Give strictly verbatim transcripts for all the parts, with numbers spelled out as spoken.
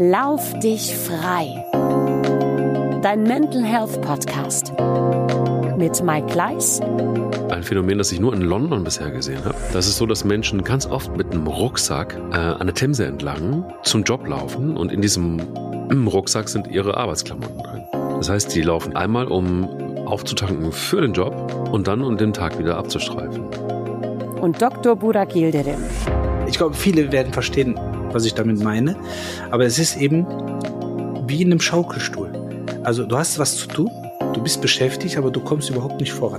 Lauf dich frei. Dein Mental Health Podcast mit Mike Kleiss. Ein Phänomen, das ich nur in London bisher gesehen habe. Das ist so, dass Menschen ganz oft mit einem Rucksack äh, an der Themse entlang zum Job laufen und in diesem im Rucksack sind ihre Arbeitsklamotten drin. Das heißt, die laufen einmal, um aufzutanken für den Job und dann, um den Tag wieder abzustreifen. Und Doktor Burak Yildirim. Ich glaube, viele werden verstehen, was ich damit meine. Aber es ist eben wie in einem Schaukelstuhl. Also du hast was zu tun, du bist beschäftigt, aber du kommst überhaupt nicht voran.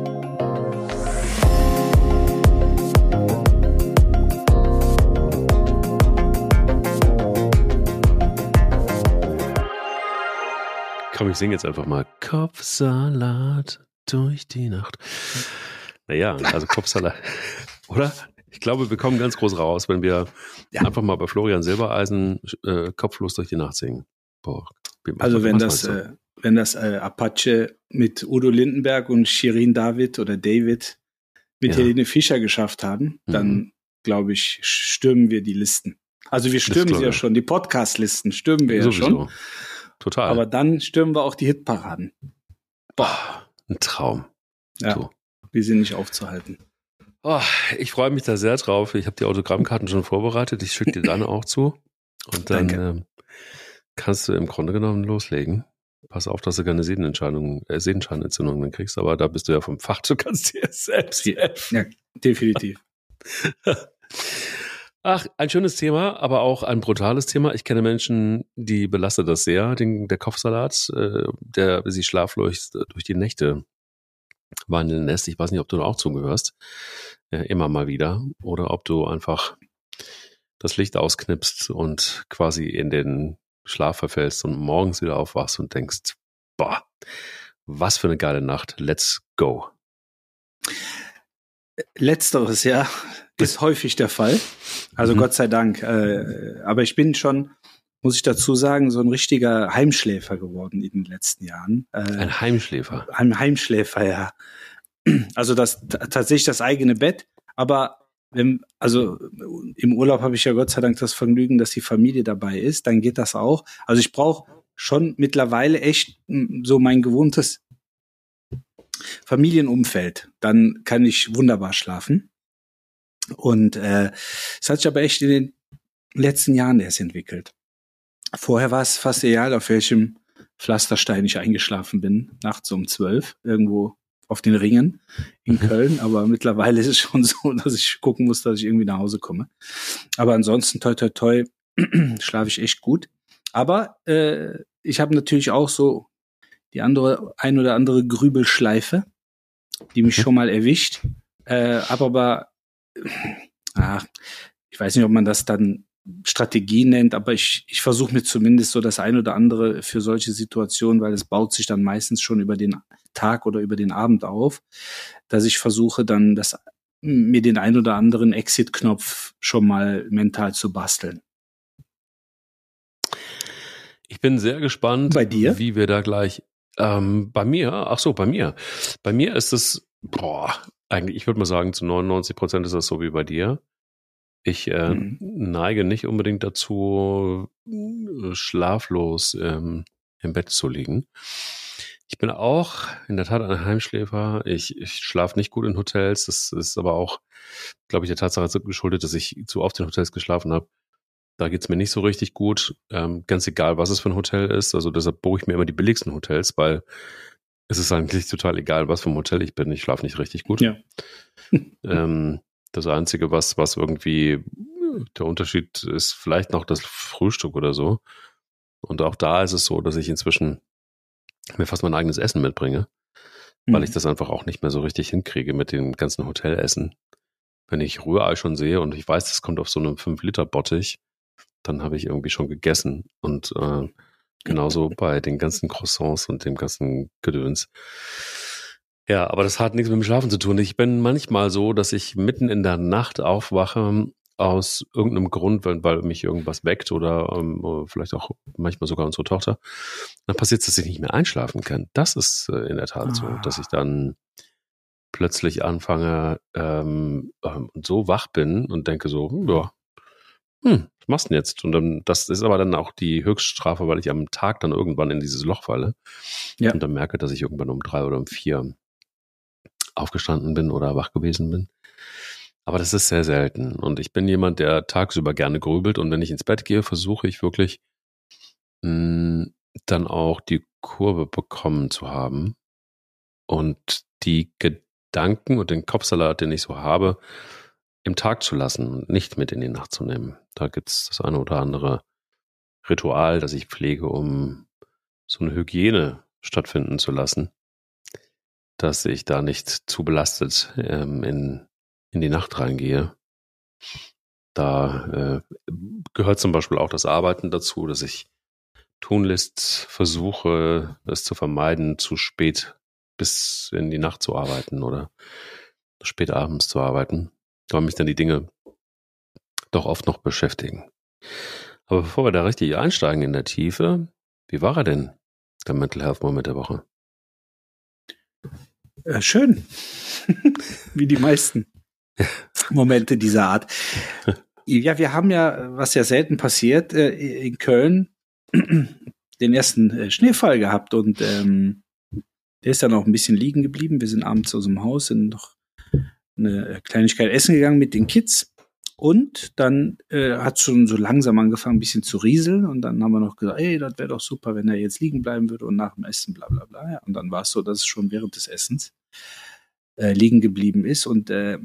Komm, ich singe jetzt einfach mal Kopfsalat durch die Nacht. Naja, also Kopfsalat, oder? Ich glaube, wir kommen ganz groß raus, wenn wir ja. einfach mal bei Florian Silbereisen äh, kopflos durch die Nacht singen. Boah, also wenn das, äh, wenn das äh, Apache mit Udo Lindenberg und Shirin David oder David mit ja. Helene Fischer geschafft haben, dann mhm. glaube ich, stürmen wir die Listen. Also wir stürmen sie ja schon, die Podcast-Listen stürmen wir Sowieso. ja schon. Total. Aber dann stürmen wir auch die Hitparaden. Boah, ein Traum. Ja, so. Wir sind nicht aufzuhalten. Oh, ich freue mich da sehr drauf. Ich habe die Autogrammkarten schon vorbereitet. Ich schicke dir dann auch zu. Und dann ähm, kannst du im Grunde genommen loslegen. Pass auf, dass du keine Sehnenentscheidung, äh, Sehnenscheinentzündung dann kriegst, aber da bist du ja vom Fach, du kannst dir selbst helfen. Ja, definitiv. Ach, ein schönes Thema, aber auch ein brutales Thema. Ich kenne Menschen, die belastet das sehr, den, der Kopfsalat, äh, der sie schlaflos durch die Nächte wandeln lässt. Ich weiß nicht, ob du da auch zugehörst, äh, immer mal wieder, oder ob du einfach das Licht ausknipst und quasi in den Schlaf verfällst und morgens wieder aufwachst und denkst, boah, was für eine geile Nacht, let's go. Letzteres, ja, ist häufig der Fall. Also mhm. Gott sei Dank. Äh, aber ich bin schon, muss ich dazu sagen, so ein richtiger Heimschläfer geworden in den letzten Jahren. Äh, ein Heimschläfer? Ein Heimschläfer, ja. Also das tatsächlich das eigene Bett. Aber wenn, also im Urlaub habe ich ja Gott sei Dank das Vergnügen, dass die Familie dabei ist. Dann geht das auch. Also ich brauche schon mittlerweile echt so mein gewohntes Familienumfeld. Dann kann ich wunderbar schlafen. Und äh, es hat sich aber echt in den letzten Jahren erst entwickelt. Vorher war es fast egal, auf welchem Pflasterstein ich eingeschlafen bin, nachts um zwölf, irgendwo auf den Ringen in Köln. Aber mittlerweile ist es schon so, dass ich gucken muss, dass ich irgendwie nach Hause komme. Aber ansonsten, toi, toi, toi, schlafe ich echt gut. Aber äh, ich habe natürlich auch so die andere, ein oder andere Grübelschleife, die mich schon mal erwischt. Äh, hab aber, ah, ich weiß nicht, ob man das dann Strategie nennt, aber ich, ich versuche mir zumindest so das ein oder andere für solche Situationen, weil es baut sich dann meistens schon über den Tag oder über den Abend auf, dass ich versuche dann das, mir den ein oder anderen Exit-Knopf schon mal mental zu basteln. Ich bin sehr gespannt, bei dir? Wie wir da gleich, ähm, bei mir, ach so, bei mir, bei mir ist es, boah, eigentlich, ich würde mal sagen, zu neunundneunzig Prozent ist das so wie bei dir. Ich äh, mhm. neige nicht unbedingt dazu, schlaflos ähm, im Bett zu liegen. Ich bin auch in der Tat ein Heimschläfer. Ich, ich schlafe nicht gut in Hotels. Das ist aber auch, glaube ich, der Tatsache geschuldet, dass ich zu oft in Hotels geschlafen habe. Da geht's mir nicht so richtig gut. Ähm, ganz egal, was es für ein Hotel ist. Also deshalb buche ich mir immer die billigsten Hotels, weil es ist eigentlich total egal, was für ein Hotel ich bin. Ich schlafe nicht richtig gut. Ja. ähm, das Einzige, was, was irgendwie der Unterschied ist, vielleicht noch das Frühstück oder so. Und auch da ist es so, dass ich inzwischen mir fast mein eigenes Essen mitbringe, mhm. weil ich das einfach auch nicht mehr so richtig hinkriege mit dem ganzen Hotelessen. Wenn ich Rührei schon sehe und ich weiß, das kommt auf so einem fünf Liter Bottich, dann habe ich irgendwie schon gegessen. Und äh, genauso bei den ganzen Croissants und dem ganzen Gedöns. Ja, aber das hat nichts mit dem Schlafen zu tun. Ich bin manchmal so, dass ich mitten in der Nacht aufwache aus irgendeinem Grund, weil, weil mich irgendwas weckt oder ähm, vielleicht auch manchmal sogar unsere Tochter. Dann passiert es, dass ich nicht mehr einschlafen kann. Das ist äh, in der Tat ah. so, dass ich dann plötzlich anfange ähm, ähm, und so wach bin und denke so, ja, hm, was machst du denn jetzt? Und dann, das ist aber dann auch die Höchststrafe, weil ich am Tag dann irgendwann in dieses Loch falle Ja. und dann merke, dass ich irgendwann um drei oder um vier aufgestanden bin oder wach gewesen bin. Aber das ist sehr selten. Und ich bin jemand, der tagsüber gerne grübelt. Und wenn ich ins Bett gehe, versuche ich wirklich mh, dann auch die Kurve bekommen zu haben und die Gedanken und den Kopfsalat, den ich so habe, im Tag zu lassen und nicht mit in die Nacht zu nehmen. Da gibt es das eine oder andere Ritual, das ich pflege, um so eine Hygiene stattfinden zu lassen, dass ich da nicht zu belastet ähm, in, in die Nacht reingehe. Da äh, gehört zum Beispiel auch das Arbeiten dazu, dass ich tunlichst versuche, es zu vermeiden, zu spät bis in die Nacht zu arbeiten oder spät abends zu arbeiten, weil mich dann die Dinge doch oft noch beschäftigen. Aber bevor wir da richtig einsteigen in der Tiefe, wie war er denn, der Mental Health Moment der Woche? Äh, schön. Wie die meisten Momente dieser Art. Ja, wir haben ja, was ja selten passiert, äh, in Köln den ersten äh, Schneefall gehabt und ähm, der ist dann auch ein bisschen liegen geblieben. Wir sind abends aus dem Haus, sind noch eine Kleinigkeit essen gegangen mit den Kids. Und dann äh, hat schon so langsam angefangen, ein bisschen zu rieseln. Und dann haben wir noch gesagt, ey, das wäre doch super, wenn er jetzt liegen bleiben würde und nach dem Essen bla bla bla. Ja, und dann war es so, dass es schon während des Essens äh, liegen geblieben ist. Und äh,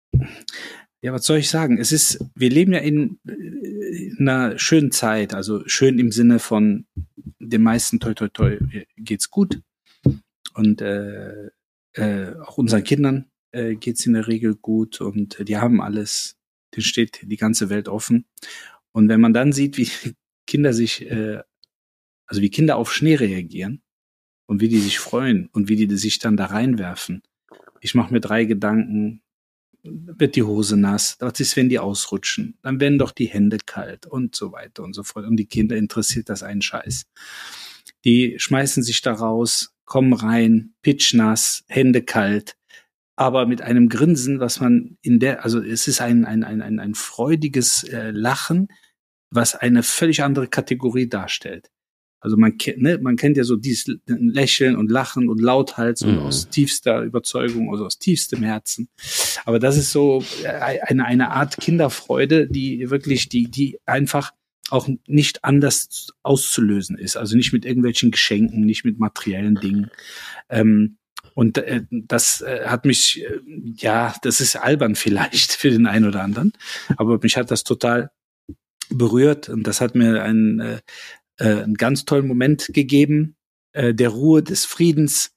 ja, was soll ich sagen? Es ist, wir leben ja in, in einer schönen Zeit. Also schön im Sinne von den meisten, toi toi toi, geht's gut. Und äh, äh, auch unseren Kindern äh, geht's in der Regel gut. Und äh, die haben alles. Denen steht die ganze Welt offen. Und wenn man dann sieht, wie Kinder sich, äh, also wie Kinder auf Schnee reagieren und wie die sich freuen und wie die sich dann da reinwerfen. Ich mache mir drei Gedanken, wird die Hose nass, was ist, wenn die ausrutschen, dann werden doch die Hände kalt und so weiter und so fort. Und die Kinder interessiert das einen Scheiß. Die schmeißen sich da raus, kommen rein, pitschnass, Hände kalt, aber mit einem Grinsen, was man in der, also es ist ein ein ein ein, ein freudiges äh, Lachen, was eine völlig andere Kategorie darstellt. Also man kennt, ne, man kennt ja so dieses Lächeln und Lachen und Lauthals mhm. und aus tiefster Überzeugung, also aus tiefstem Herzen. Aber das ist so eine eine Art Kinderfreude, die wirklich, die die einfach auch nicht anders auszulösen ist. Also nicht mit irgendwelchen Geschenken, nicht mit materiellen Dingen. Ähm, Und äh, das äh, hat mich, äh, ja, das ist albern vielleicht für den einen oder anderen, aber mich hat das total berührt und das hat mir einen, äh, äh, einen ganz tollen Moment gegeben, äh, der Ruhe, des Friedens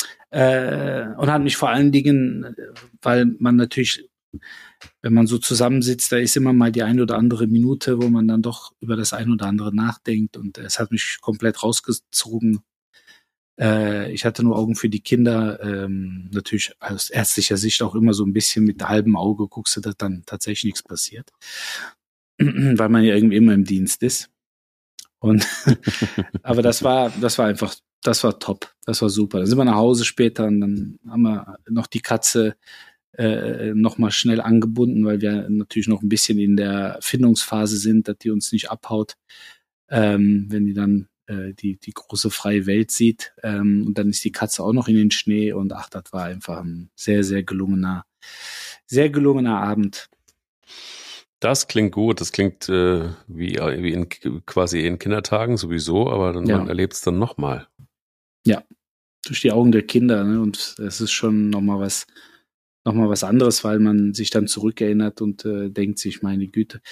äh, und hat mich vor allen Dingen, weil man natürlich, wenn man so zusammensitzt, da ist immer mal die eine oder andere Minute, wo man dann doch über das eine oder andere nachdenkt und es hat mich komplett rausgezogen. Ich hatte nur Augen für die Kinder, ähm, natürlich aus ärztlicher Sicht auch immer so ein bisschen mit halbem Auge guckst du, dass dann tatsächlich nichts passiert, weil man ja irgendwie immer im Dienst ist. Und aber das war, das war einfach, das war top, das war super. Dann sind wir nach Hause später und dann haben wir noch die Katze äh, noch mal schnell angebunden, weil wir natürlich noch ein bisschen in der Findungsphase sind, dass die uns nicht abhaut, ähm, wenn die dann die die große freie Welt sieht. Ähm, und dann ist die Katze auch noch in den Schnee und ach, das war einfach ein sehr, sehr gelungener, sehr gelungener Abend. Das klingt gut. Das klingt äh, wie, wie in, quasi in Kindertagen sowieso, aber dann, ja. Man erlebt es dann nochmal. Ja, durch die Augen der Kinder. Ne? Und es ist schon nochmal was, noch mal was anderes, weil man sich dann zurückerinnert und äh, denkt sich, meine Güte,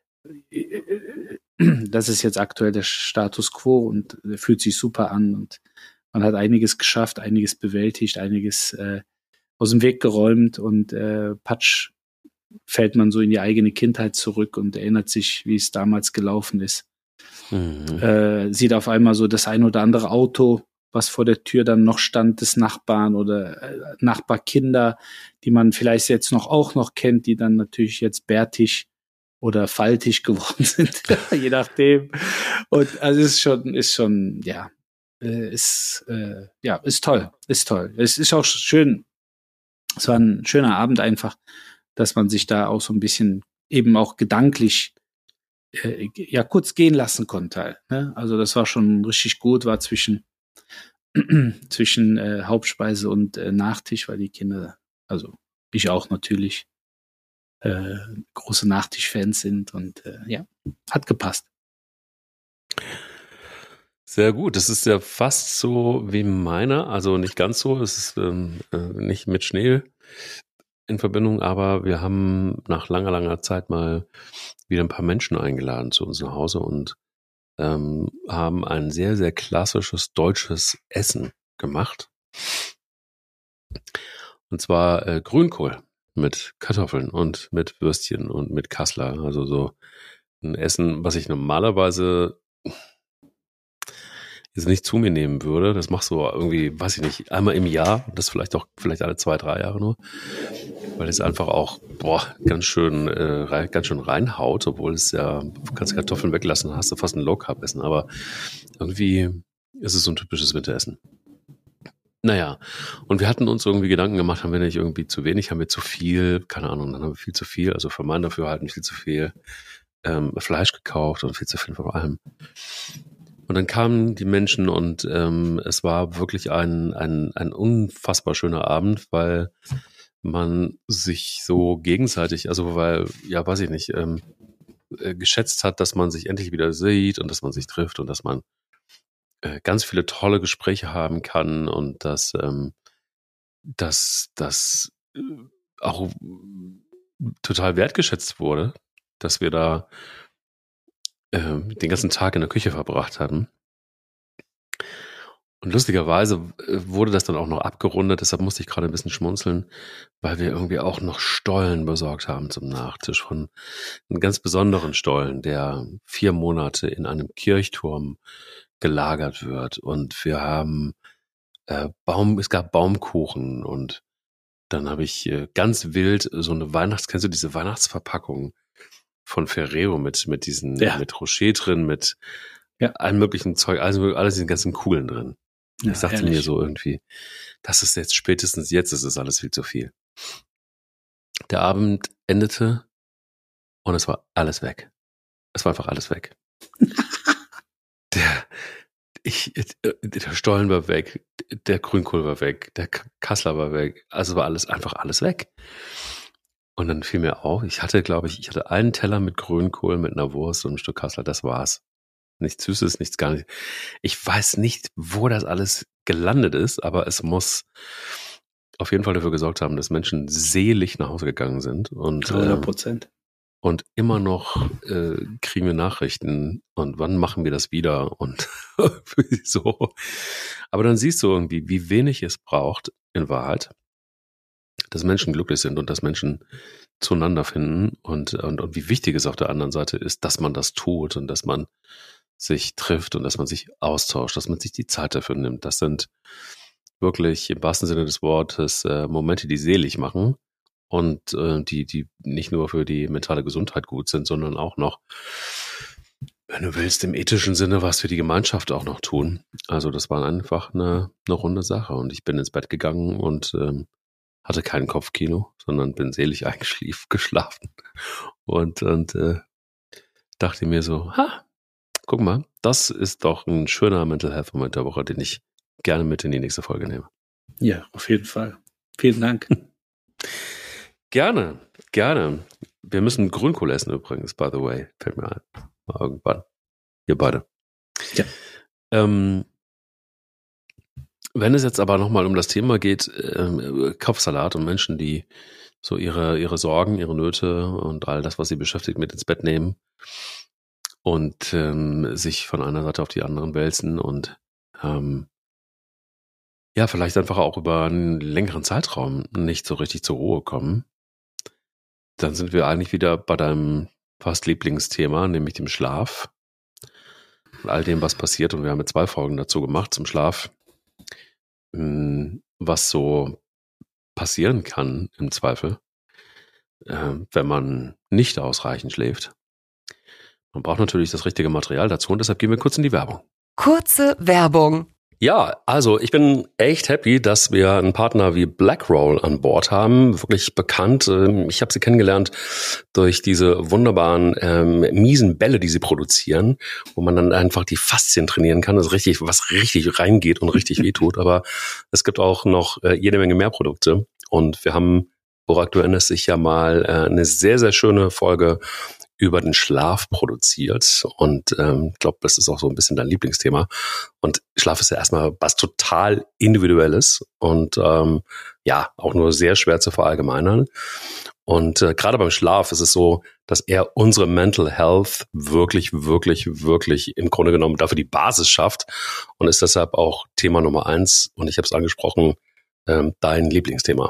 das ist jetzt aktuell der Status quo und der fühlt sich super an und man hat einiges geschafft, einiges bewältigt, einiges äh, aus dem Weg geräumt und äh, patsch fällt man so in die eigene Kindheit zurück und erinnert sich, wie es damals gelaufen ist. Mhm. Äh, sieht auf einmal so das ein oder andere Auto, was vor der Tür dann noch stand, des Nachbarn oder äh, Nachbarkinder, die man vielleicht jetzt noch auch noch kennt, die dann natürlich jetzt bärtig oder faltig geworden sind, je nachdem. Und also es ist schon, ist schon, ja, äh, ist, äh, ja, ist toll, ist toll. Es ist auch schön, es war ein schöner Abend einfach, dass man sich da auch so ein bisschen eben auch gedanklich äh, ja kurz gehen lassen konnte. Halt, ne? Also das war schon richtig gut, war zwischen zwischen äh, Hauptspeise und äh, Nachtisch, weil die Kinder, also ich auch natürlich, äh, große Nachtischfans sind und äh, ja, hat gepasst. Sehr gut, das ist ja fast so wie meiner, also nicht ganz so, es ist ähm, äh, nicht mit Schnee in Verbindung, aber wir haben nach langer, langer Zeit mal wieder ein paar Menschen eingeladen zu uns nach Hause und ähm, haben ein sehr, sehr klassisches deutsches Essen gemacht. Und zwar äh, Grünkohl mit Kartoffeln und mit Würstchen und mit Kassler. Also so ein Essen, was ich normalerweise jetzt nicht zu mir nehmen würde. Das machst du irgendwie, weiß ich nicht, einmal im Jahr. Das vielleicht auch, vielleicht alle zwei, drei Jahre nur. Weil es einfach auch, boah, ganz schön, äh, ganz schön reinhaut, obwohl es ja, du kannst Kartoffeln weglassen, hast du fast ein Low-Carb-Essen. Aber irgendwie ist es so ein typisches Winteressen. Naja, und wir hatten uns irgendwie Gedanken gemacht, haben wir nicht irgendwie zu wenig, haben wir zu viel, keine Ahnung, dann haben wir viel zu viel, also für mein Dafürhalten viel zu viel ähm, Fleisch gekauft und viel zu viel von allem. Und dann kamen die Menschen und ähm, es war wirklich ein, ein, ein unfassbar schöner Abend, weil man sich so gegenseitig, also weil, ja, weiß ich nicht, ähm, äh, geschätzt hat, dass man sich endlich wieder sieht und dass man sich trifft und dass man äh, ganz viele tolle Gespräche haben kann und dass ähm, dass das äh, auch total wertgeschätzt wurde, dass wir da äh, den ganzen Tag in der Küche verbracht hatten. Und lustigerweise wurde das dann auch noch abgerundet, deshalb musste ich gerade ein bisschen schmunzeln, weil wir irgendwie auch noch Stollen besorgt haben zum Nachtisch von einem ganz besonderen Stollen, der vier Monate in einem Kirchturm gelagert wird. Und wir haben äh, Baum, es gab Baumkuchen und dann habe ich äh, ganz wild so eine Weihnachts, kennst du diese Weihnachtsverpackung von Ferrero mit, mit diesen, ja. mit Rocher drin, mit ja. allem möglichen Zeug, also alles diesen ganzen Kugeln drin. Ja, ich sagte ehrlich. mir so irgendwie, das ist jetzt spätestens jetzt, ist es alles viel zu viel. Der Abend endete und es war alles weg. Es war einfach alles weg. der, ich, der Stollen war weg, der Grünkohl war weg, der Kassler war weg. Also war alles, einfach alles weg. Und dann fiel mir auf, ich hatte, glaube ich, ich hatte einen Teller mit Grünkohl, mit einer Wurst und einem Stück Kassler, das war's. Nichts Süßes, nichts gar nicht. Ich weiß nicht, wo das alles gelandet ist, aber es muss auf jeden Fall dafür gesorgt haben, dass Menschen selig nach Hause gegangen sind. Und, hundert Prozent. Äh, und immer noch äh, kriegen wir Nachrichten und wann machen wir das wieder und so. Aber dann siehst du irgendwie, wie wenig es braucht in Wahrheit, dass Menschen glücklich sind und dass Menschen zueinander finden und, und, und wie wichtig es auf der anderen Seite ist, dass man das tut und dass man sich trifft und dass man sich austauscht, dass man sich die Zeit dafür nimmt. Das sind wirklich im wahrsten Sinne des Wortes äh, Momente, die selig machen und äh, die, die nicht nur für die mentale Gesundheit gut sind, sondern auch noch, wenn du willst, im ethischen Sinne was für die Gemeinschaft auch noch tun. Also das war einfach eine, eine runde Sache und ich bin ins Bett gegangen und ähm, hatte kein Kopfkino, sondern bin selig eingeschlafen und, und äh, dachte mir so, ha, guck mal, das ist doch ein schöner Mental Health Moment der Woche, den ich gerne mit in die nächste Folge nehme. Ja, auf jeden Fall. Vielen Dank. Gerne, gerne. Wir müssen Grünkohl essen übrigens, by the way. Fällt mir ein. Mal irgendwann. Ihr beide. Ja. Ähm, wenn es jetzt aber nochmal um das Thema geht, äh, Kopfsalat und Menschen, die so ihre, ihre Sorgen, ihre Nöte und all das, was sie beschäftigt, mit ins Bett nehmen und ähm, sich von einer Seite auf die anderen wälzen und ähm, ja, vielleicht einfach auch über einen längeren Zeitraum nicht so richtig zur Ruhe kommen, dann sind wir eigentlich wieder bei deinem fast Lieblingsthema, nämlich dem Schlaf und all dem, was passiert. Und wir haben jetzt zwei Folgen dazu gemacht zum Schlaf, was so passieren kann im Zweifel, wenn man nicht ausreichend schläft. Man braucht natürlich das richtige Material dazu und deshalb gehen wir kurz in die Werbung. Kurze Werbung. Ja, also ich bin echt happy, dass wir einen Partner wie Blackroll an Bord haben. Wirklich bekannt. Ich habe sie kennengelernt durch diese wunderbaren ähm, miesen Bälle, die sie produzieren, wo man dann einfach die Faszien trainieren kann. Das ist richtig, was richtig reingeht und richtig wehtut. Aber es gibt auch noch äh, jede Menge mehr Produkte. Und wir haben, Burak, du erinnerst dich ja mal, äh, eine sehr, sehr schöne Folge über den Schlaf produziert und ähm, ich glaube, das ist auch so ein bisschen dein Lieblingsthema. Und Schlaf ist ja erstmal was total Individuelles und ähm, ja, auch nur sehr schwer zu verallgemeinern. Und äh, gerade beim Schlaf ist es so, dass er unsere Mental Health wirklich, wirklich, wirklich im Grunde genommen dafür die Basis schafft und ist deshalb auch Thema Nummer eins. Und ich habe es angesprochen, ähm, dein Lieblingsthema.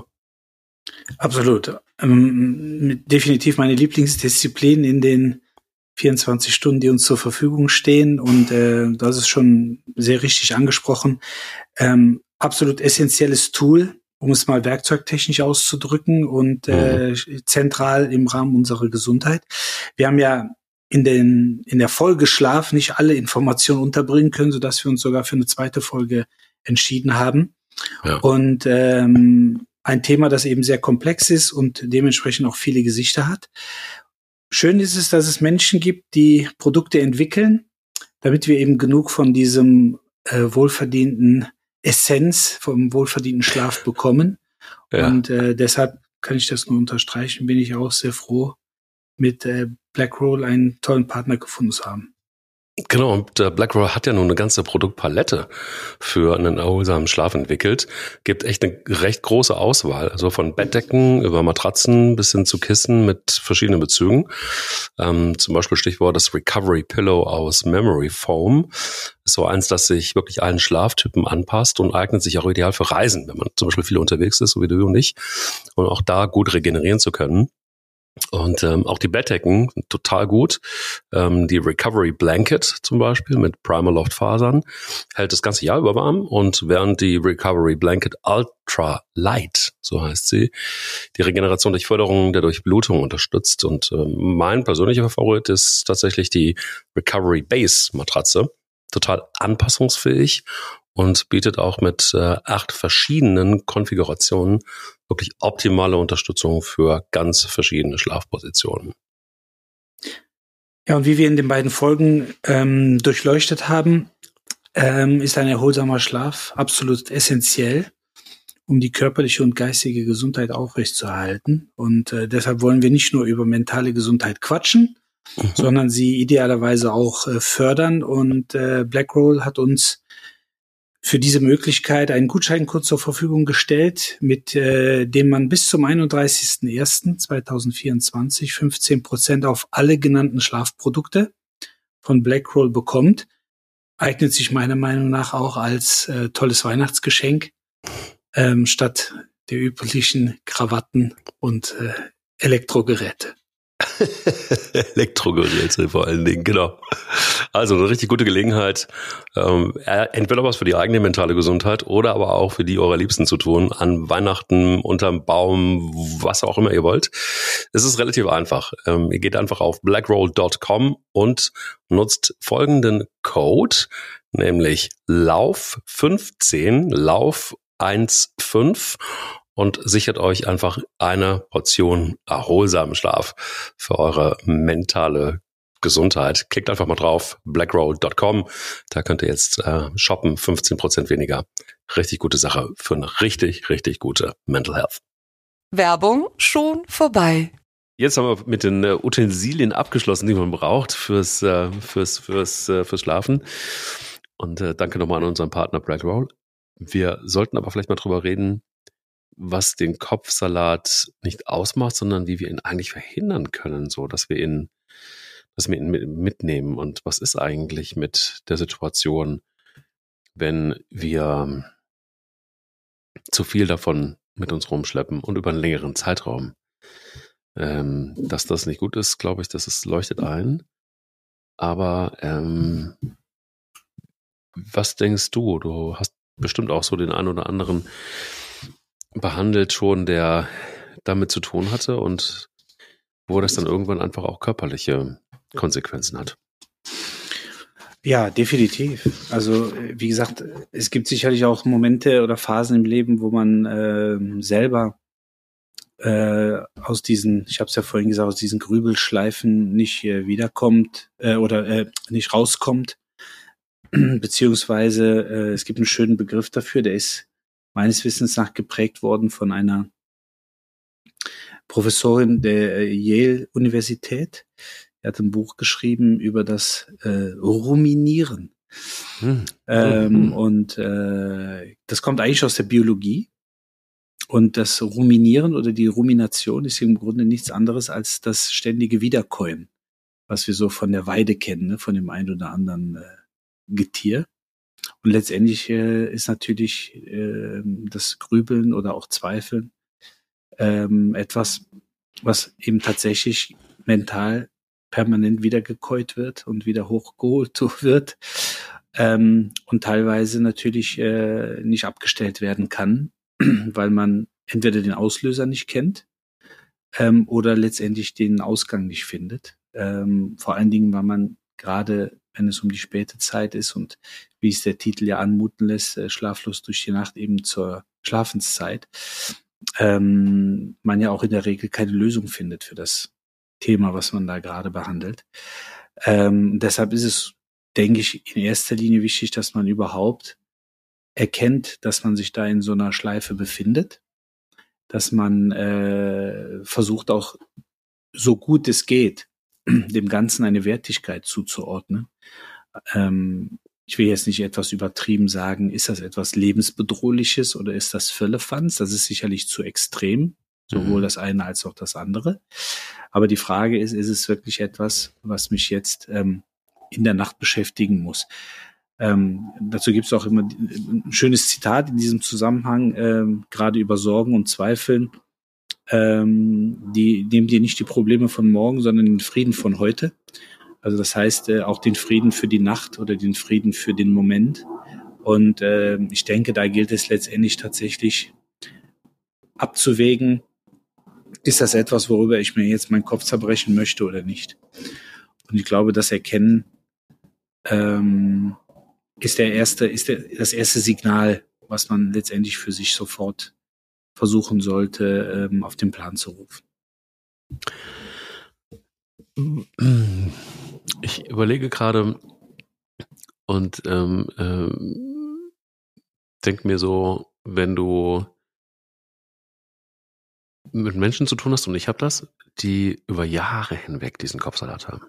Absolut. Ähm, definitiv meine Lieblingsdisziplin in den vierundzwanzig Stunden, die uns zur Verfügung stehen. Und äh, das ist schon sehr richtig angesprochen. Ähm, absolut essentielles Tool, um es mal werkzeugtechnisch auszudrücken und äh, mhm. zentral im Rahmen unserer Gesundheit. Wir haben ja in den in der Folge Schlaf nicht alle Informationen unterbringen können, sodass wir uns sogar für eine zweite Folge entschieden haben. Ja. Und ähm, ein Thema, das eben sehr komplex ist und dementsprechend auch viele Gesichter hat. Schön ist es, dass es Menschen gibt, die Produkte entwickeln, damit wir eben genug von diesem äh, wohlverdienten Essenz, vom wohlverdienten Schlaf bekommen. Ja. Und äh, deshalb kann ich das nur unterstreichen, bin ich auch sehr froh, mit äh, Blackroll einen tollen Partner gefunden zu haben. Genau, und äh, Blackroll hat ja nun eine ganze Produktpalette für einen erholsamen Schlaf entwickelt. Gibt echt eine recht große Auswahl, also von Bettdecken über Matratzen bis hin zu Kissen mit verschiedenen Bezügen. Ähm, zum Beispiel Stichwort das Recovery Pillow aus Memory Foam. Ist so eins, das sich wirklich allen Schlaftypen anpasst und eignet sich auch ideal für Reisen, wenn man zum Beispiel viel unterwegs ist, so wie du und ich, und auch da gut regenerieren zu können. Und ähm, auch die Bettdecken sind total gut. Ähm, die Recovery Blanket zum Beispiel mit Primaloft-Fasern hält das ganze Jahr über warm. Und während die Recovery Blanket Ultra Light, so heißt sie, die Regeneration durch Förderung der Durchblutung unterstützt. Und ähm, mein persönlicher Favorit ist tatsächlich die Recovery Base Matratze. Total anpassungsfähig und bietet auch mit äh, acht verschiedenen Konfigurationen wirklich optimale Unterstützung für ganz verschiedene Schlafpositionen. Ja, und wie wir in den beiden Folgen ähm, durchleuchtet haben, ähm, ist ein erholsamer Schlaf absolut essentiell, um die körperliche und geistige Gesundheit aufrechtzuerhalten. Und äh, deshalb wollen wir nicht nur über mentale Gesundheit quatschen, mhm. sondern sie idealerweise auch äh, fördern. Und äh, Blackroll hat uns für diese Möglichkeit einen Gutscheincode zur Verfügung gestellt, mit äh, dem man bis zum einunddreißigsten ersten zweitausendvierundzwanzig fünfzehn Prozent auf alle genannten Schlafprodukte von Blackroll bekommt. Eignet sich meiner Meinung nach auch als äh, tolles Weihnachtsgeschenk, ähm, statt der üblichen Krawatten und äh, Elektrogeräte. Elektrogeräte vor allen Dingen, genau. Also eine richtig gute Gelegenheit, ähm, entweder was für die eigene mentale Gesundheit oder aber auch für die eurer Liebsten zu tun, an Weihnachten, unterm Baum, was auch immer ihr wollt. Es ist relativ einfach. Ähm, ihr geht einfach auf blackroll Punkt com und nutzt folgenden Code, nämlich Lauf fünfzehn, Lauf fünfzehn und sichert euch einfach eine Portion erholsamen Schlaf für eure mentale Gesundheit. Klickt einfach mal drauf, blackroll Punkt com. Da könnt ihr jetzt äh, shoppen, fünfzehn Prozent weniger. Richtig gute Sache für eine richtig, richtig gute Mental Health. Werbung schon vorbei. Jetzt haben wir mit den äh, Utensilien abgeschlossen, die man braucht fürs, äh, fürs, fürs, äh, fürs Schlafen. Und äh, danke nochmal an unseren Partner Blackroll. Wir sollten aber vielleicht mal drüber reden, was den Kopfsalat nicht ausmacht, sondern wie wir ihn eigentlich verhindern können, so dass wir ihn, dass wir ihn mitnehmen. Und was ist eigentlich mit der Situation, wenn wir zu viel davon mit uns rumschleppen und über einen längeren Zeitraum? Ähm, dass das nicht gut ist, glaube ich, das ist, leuchtet ein. Aber ähm, was denkst du? Du hast bestimmt auch so den einen oder anderen behandelt schon, der damit zu tun hatte und wo das dann irgendwann einfach auch körperliche Konsequenzen hat. Ja, definitiv. Also wie gesagt, es gibt sicherlich auch Momente oder Phasen im Leben, wo man äh, selber äh, aus diesen, ich habe es ja vorhin gesagt, aus diesen Grübelschleifen nicht äh, wiederkommt äh, oder äh, nicht rauskommt. Beziehungsweise äh, es gibt einen schönen Begriff dafür, der ist meines Wissens nach geprägt worden von einer Professorin der äh, Yale-Universität. Er hat ein Buch geschrieben über das äh, Ruminieren. Hm. Ähm, hm. Und äh, das kommt eigentlich aus der Biologie. Und das Ruminieren oder die Rumination ist im Grunde nichts anderes als das ständige Wiederkäuen, was wir so von der Weide kennen, ne, von dem einen oder anderen äh, Getier. Und letztendlich äh, ist natürlich äh, das Grübeln oder auch Zweifeln ähm, etwas, was eben tatsächlich mental permanent wieder gekäut wird und wieder hochgeholt wird ähm, und teilweise natürlich äh, nicht abgestellt werden kann, weil man entweder den Auslöser nicht kennt ähm, oder letztendlich den Ausgang nicht findet. Ähm, vor allen Dingen, weil man gerade, wenn es um die späte Zeit ist und wie es der Titel ja anmuten lässt, äh, schlaflos durch die Nacht eben zur Schlafenszeit, ähm, man ja auch in der Regel keine Lösung findet für das Thema, was man da gerade behandelt. Ähm, deshalb ist es, denke ich, in erster Linie wichtig, dass man überhaupt erkennt, dass man sich da in so einer Schleife befindet, dass man äh, versucht auch, so gut es geht, dem Ganzen eine Wertigkeit zuzuordnen. Ähm, ich will jetzt nicht etwas übertrieben sagen, ist das etwas Lebensbedrohliches oder ist das Firlefanz? Das ist sicherlich zu extrem, sowohl mhm. das eine als auch das andere. Aber die Frage ist, ist es wirklich etwas, was mich jetzt ähm, in der Nacht beschäftigen muss? Ähm, dazu gibt es auch immer ein schönes Zitat in diesem Zusammenhang, ähm, gerade über Sorgen und Zweifeln. Ähm, die nehmen dir nicht die Probleme von morgen, sondern den Frieden von heute. Also das heißt äh, auch den Frieden für die Nacht oder den Frieden für den Moment. Und äh, ich denke, da gilt es letztendlich tatsächlich abzuwägen, ist das etwas, worüber ich mir jetzt meinen Kopf zerbrechen möchte oder nicht. Und ich glaube, das Erkennen ähm, ist der erste, ist der, das erste Signal, was man letztendlich für sich sofort versuchen sollte, ähm, auf den Plan zu rufen. Ich überlege gerade und ähm, ähm, denke mir so, wenn du mit Menschen zu tun hast, und ich habe das, die über Jahre hinweg diesen Kopfsalat haben.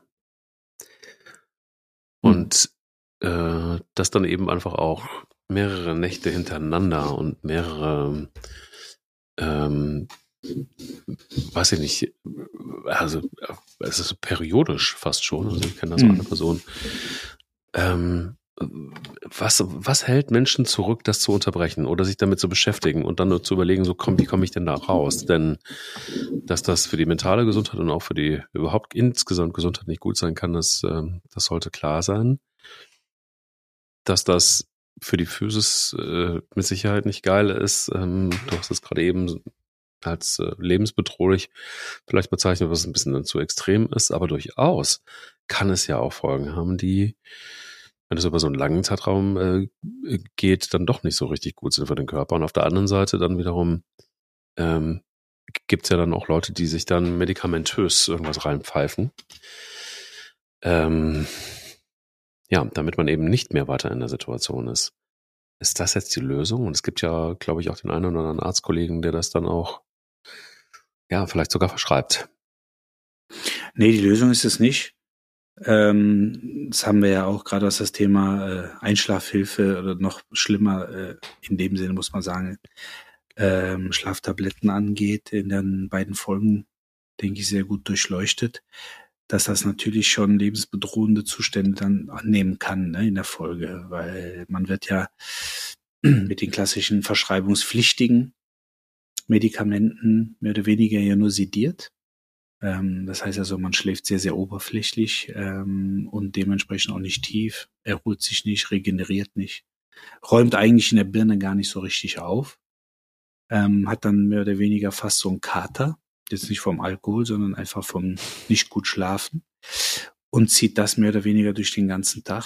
Und äh, das dann eben einfach auch mehrere Nächte hintereinander und mehrere, ähm, weiß ich nicht, also es ist periodisch fast schon, also ich kenne das auch eine Person. Ähm, was, was hält Menschen zurück, das zu unterbrechen oder sich damit zu beschäftigen und dann nur zu überlegen, so komm, wie komme ich denn da raus? Denn dass das für die mentale Gesundheit und auch für die überhaupt insgesamt Gesundheit nicht gut sein kann, das, ähm, das sollte klar sein. Dass das für die Physis äh, mit Sicherheit nicht geil ist, ähm, du hast es gerade eben als äh, lebensbedrohlich vielleicht bezeichnet, was ein bisschen dann zu extrem ist, aber durchaus kann es ja auch Folgen haben, die, wenn es über so einen langen Zeitraum äh, geht, dann doch nicht so richtig gut sind für den Körper. Und auf der anderen Seite dann wiederum ähm, gibt es ja dann auch Leute, die sich dann medikamentös irgendwas reinpfeifen. Ähm, ja, damit man eben nicht mehr weiter in der Situation ist. Ist das jetzt die Lösung? Und es gibt ja, glaube ich, auch den einen oder anderen Arztkollegen, der das dann auch, ja, vielleicht sogar verschreibt. Nee, die Lösung ist es nicht. Ähm, das haben wir ja auch gerade, was das Thema äh, Einschlafhilfe oder noch schlimmer, äh, in dem Sinne muss man sagen, ähm, Schlaftabletten angeht, in den beiden Folgen, denke ich, sehr gut durchleuchtet, dass das natürlich schon lebensbedrohende Zustände dann annehmen kann, ne, in der Folge, weil man wird ja mit den klassischen verschreibungspflichtigen Medikamenten mehr oder weniger ja nur sediert. Ähm, das heißt also, man schläft sehr, sehr oberflächlich ähm, und dementsprechend auch nicht tief, erholt sich nicht, regeneriert nicht, räumt eigentlich in der Birne gar nicht so richtig auf, ähm, hat dann mehr oder weniger fast so einen Kater, jetzt nicht vom Alkohol, sondern einfach vom nicht gut schlafen und zieht das mehr oder weniger durch den ganzen Tag.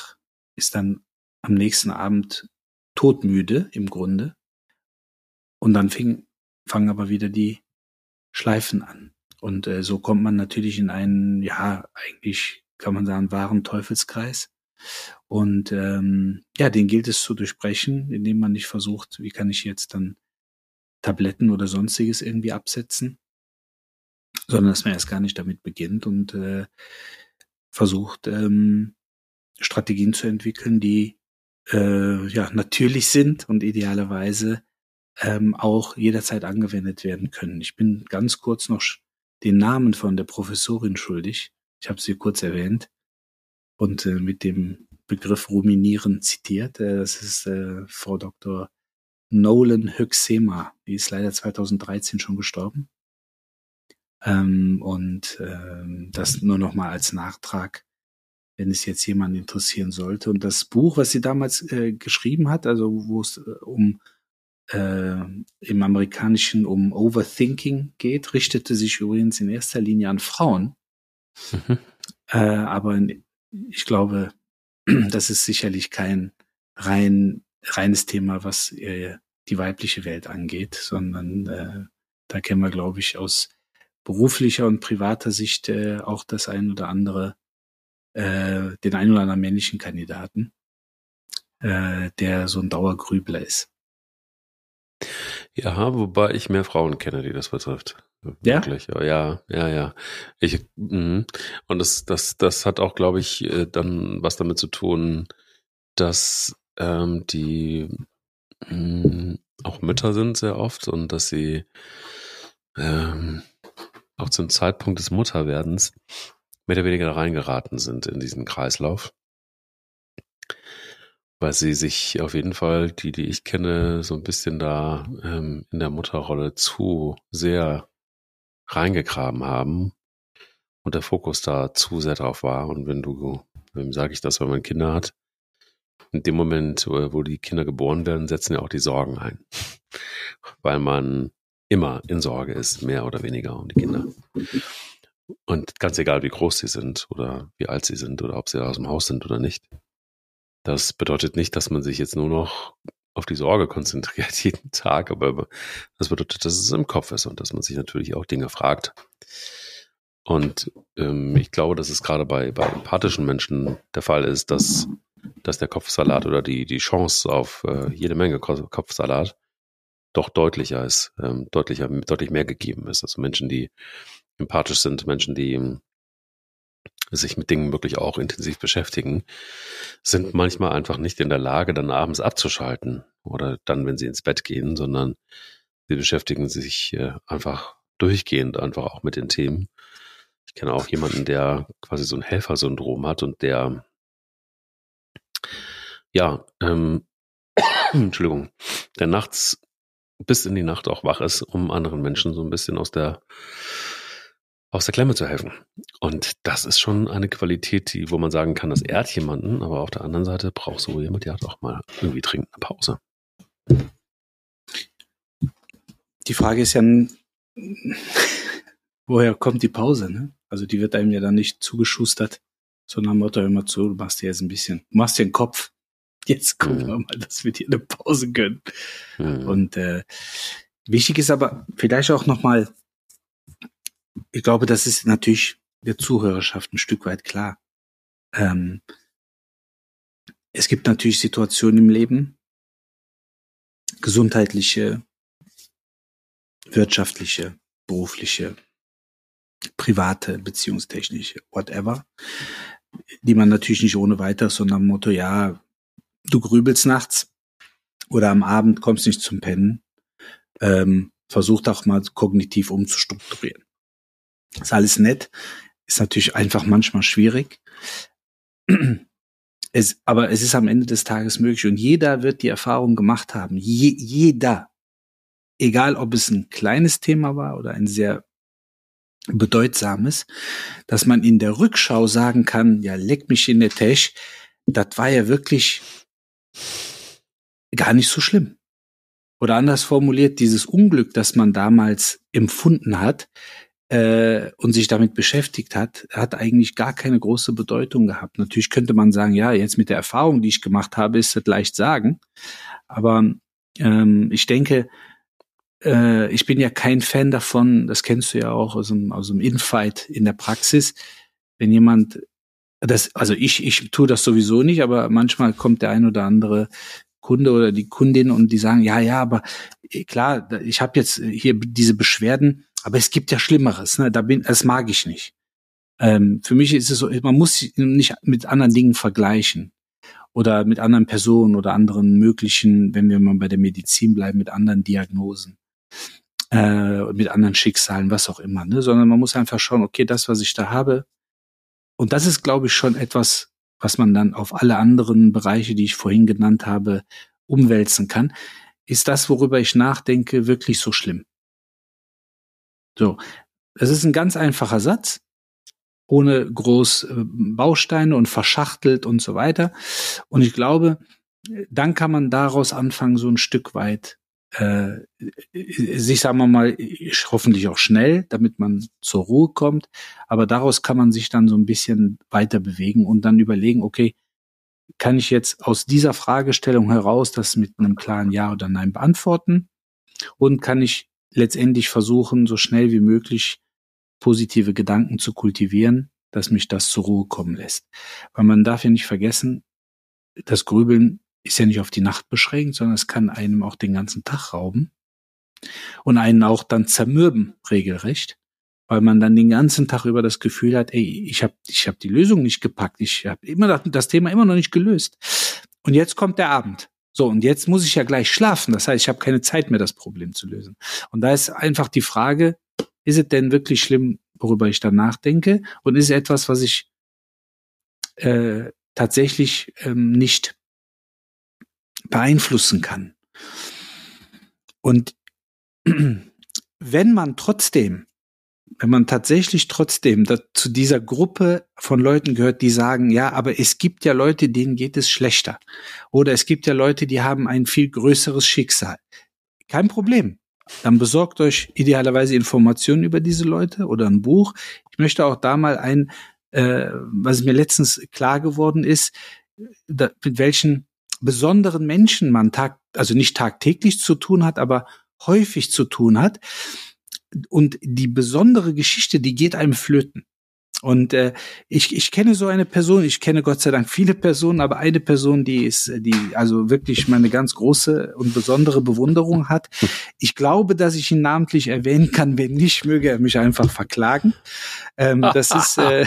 ist dann am nächsten Abend todmüde im Grunde. Und dann fing, fangen aber wieder die Schleifen an. Und äh, so kommt man natürlich in einen, ja, eigentlich kann man sagen, wahren Teufelskreis. Und ähm, ja, den gilt es zu durchbrechen, indem man nicht versucht, wie kann ich jetzt dann Tabletten oder sonstiges irgendwie absetzen, sondern dass man erst gar nicht damit beginnt und äh, versucht, ähm, Strategien zu entwickeln, die äh, ja natürlich sind und idealerweise ähm, auch jederzeit angewendet werden können. Ich bin ganz kurz noch den Namen von der Professorin schuldig. Ich habe sie kurz erwähnt und äh, mit dem Begriff Ruminieren zitiert. Äh, das ist äh, Frau Doktor Nolan Hoeksema. Die ist leider zweitausenddreizehn schon gestorben. Ähm, und ähm, das nur noch mal als Nachtrag, wenn es jetzt jemanden interessieren sollte. Und das Buch, was sie damals äh, geschrieben hat, also wo es äh, um äh, im Amerikanischen um Overthinking geht, richtete sich übrigens in erster Linie an Frauen. Mhm. Äh, aber ich glaube, das ist sicherlich kein rein reines Thema, was äh, die weibliche Welt angeht, sondern äh, da kennen wir, glaube ich, aus beruflicher und privater Sicht äh, auch das ein oder andere, äh, den ein oder anderen männlichen Kandidaten, äh, der so ein Dauergrübler ist. Ja, wobei ich mehr Frauen kenne, die das betrifft. Ja? Wirklich. Ja, ja, ja. Ich, mh. Und das, das, das hat auch, glaube ich, dann was damit zu tun, dass ähm, die mh, auch Mütter sind sehr oft und dass sie ähm, auch zum Zeitpunkt des Mutterwerdens mehr oder weniger reingeraten sind in diesen Kreislauf. Weil sie sich auf jeden Fall, die, die ich kenne, so ein bisschen da ähm, in der Mutterrolle zu sehr reingegraben haben und der Fokus da zu sehr drauf war. Und wenn du, wem sage ich das, wenn man Kinder hat, in dem Moment, wo die Kinder geboren werden, setzen ja auch die Sorgen ein. Weil man immer in Sorge ist, mehr oder weniger um die Kinder. Und ganz egal, wie groß sie sind oder wie alt sie sind oder ob sie aus dem Haus sind oder nicht. Das bedeutet nicht, dass man sich jetzt nur noch auf die Sorge konzentriert jeden Tag, aber das bedeutet, dass es im Kopf ist und dass man sich natürlich auch Dinge fragt. Und ähm, ich glaube, dass es gerade bei, bei empathischen Menschen der Fall ist, dass, dass der Kopfsalat oder die, die Chance auf äh, jede Menge Kopfsalat doch deutlicher ist, ähm, deutlicher, deutlich mehr gegeben ist. Also Menschen, die empathisch sind, Menschen, die ähm, sich mit Dingen wirklich auch intensiv beschäftigen, sind manchmal einfach nicht in der Lage, dann abends abzuschalten oder dann, wenn sie ins Bett gehen, sondern sie beschäftigen sich äh, einfach durchgehend einfach auch mit den Themen. Ich kenne auch jemanden, der quasi so ein Helfersyndrom hat und der ja, ähm, Entschuldigung, der nachts bis in die Nacht auch wach ist, um anderen Menschen so ein bisschen aus der aus der Klemme zu helfen. Und das ist schon eine Qualität, die, wo man sagen kann, das ehrt jemanden, aber auf der anderen Seite braucht so jemand ja auch mal irgendwie dringend eine Pause. Die Frage ist ja, woher kommt die Pause, ne? Also die wird einem ja dann nicht zugeschustert, sondern Motto immer zu, du machst dir jetzt ein bisschen, du machst dir den Kopf. Jetzt gucken hm. wir mal, dass wir dir eine Pause gönnen. Hm. Und äh, wichtig ist aber vielleicht auch nochmal, ich glaube, das ist natürlich der Zuhörerschaft ein Stück weit klar. Ähm, es gibt natürlich Situationen im Leben, gesundheitliche, wirtschaftliche, berufliche, private, beziehungstechnische, whatever, die man natürlich nicht ohne weiteres, sondern am Motto, ja, du grübelst nachts oder am Abend kommst nicht zum Pennen, ähm, versuch doch mal kognitiv umzustrukturieren. Ist alles nett, ist natürlich einfach manchmal schwierig, es, aber es ist am Ende des Tages möglich und jeder wird die Erfahrung gemacht haben, Je, jeder, egal ob es ein kleines Thema war oder ein sehr bedeutsames, dass man in der Rückschau sagen kann, ja, leck mich in der Tasche, das war ja wirklich gar nicht so schlimm. Oder anders formuliert, dieses Unglück, das man damals empfunden hat, äh, und sich damit beschäftigt hat, hat eigentlich gar keine große Bedeutung gehabt. Natürlich könnte man sagen, ja, jetzt mit der Erfahrung, die ich gemacht habe, ist das leicht sagen. Aber ähm, ich denke, äh, ich bin ja kein Fan davon, das kennst du ja auch aus dem, aus dem Infight in der Praxis, wenn jemand, das, also ich, ich tue das sowieso nicht, aber manchmal kommt der ein oder andere Kunde oder die Kundin und die sagen, ja, ja, aber klar, ich habe jetzt hier diese Beschwerden, aber es gibt ja Schlimmeres, ne? Da bin, das mag ich nicht. Ähm, für mich ist es so, man muss sich nicht mit anderen Dingen vergleichen oder mit anderen Personen oder anderen möglichen, wenn wir mal bei der Medizin bleiben, mit anderen Diagnosen, äh, mit anderen Schicksalen, was auch immer, ne? Sondern man muss einfach schauen, okay, das, was ich da habe, und das ist, glaube ich, schon etwas, was man dann auf alle anderen Bereiche, die ich vorhin genannt habe, umwälzen kann. Ist das, worüber ich nachdenke, wirklich so schlimm? So, das ist ein ganz einfacher Satz, ohne groß äh, Bausteine und verschachtelt und so weiter. Und ich glaube, dann kann man daraus anfangen, so ein Stück weit äh, sich, sagen wir mal, hoffentlich auch schnell, damit man zur Ruhe kommt, aber daraus kann man sich dann so ein bisschen weiter bewegen und dann überlegen, okay, kann ich jetzt aus dieser Fragestellung heraus das mit einem klaren Ja oder Nein beantworten und kann ich letztendlich versuchen, so schnell wie möglich positive Gedanken zu kultivieren, dass mich das zur Ruhe kommen lässt. Weil man darf ja nicht vergessen, das Grübeln ist ja nicht auf die Nacht beschränkt, sondern es kann einem auch den ganzen Tag rauben und einen auch dann zermürben, regelrecht, weil man dann den ganzen Tag über das Gefühl hat, ey, ich habe ich hab die Lösung nicht gepackt, ich habe immer das, das Thema immer noch nicht gelöst. Und jetzt kommt der Abend. So, und jetzt muss ich ja gleich schlafen. Das heißt, ich habe keine Zeit mehr, das Problem zu lösen. Und da ist einfach die Frage, ist es denn wirklich schlimm, worüber ich da nachdenke? Und ist es etwas, was ich äh, tatsächlich ähm, nicht beeinflussen kann? Und wenn man trotzdem, wenn man tatsächlich trotzdem da, zu dieser Gruppe von Leuten gehört, die sagen, ja, aber es gibt ja Leute, denen geht es schlechter. Oder es gibt ja Leute, die haben ein viel größeres Schicksal. Kein Problem. Dann besorgt euch idealerweise Informationen über diese Leute oder ein Buch. Ich möchte auch da mal ein, äh, was mir letztens klar geworden ist, da, mit welchen besonderen Menschen man tag, also nicht tagtäglich zu tun hat, aber häufig zu tun hat. Und die besondere Geschichte, die geht einem flöten. Und äh, ich, ich kenne so eine Person, ich kenne Gott sei Dank viele Personen, aber eine Person, die ist, die also wirklich meine ganz große und besondere Bewunderung hat. Ich glaube, dass ich ihn namentlich erwähnen kann. Wenn nicht, möge er mich einfach verklagen. Ähm, das ist äh,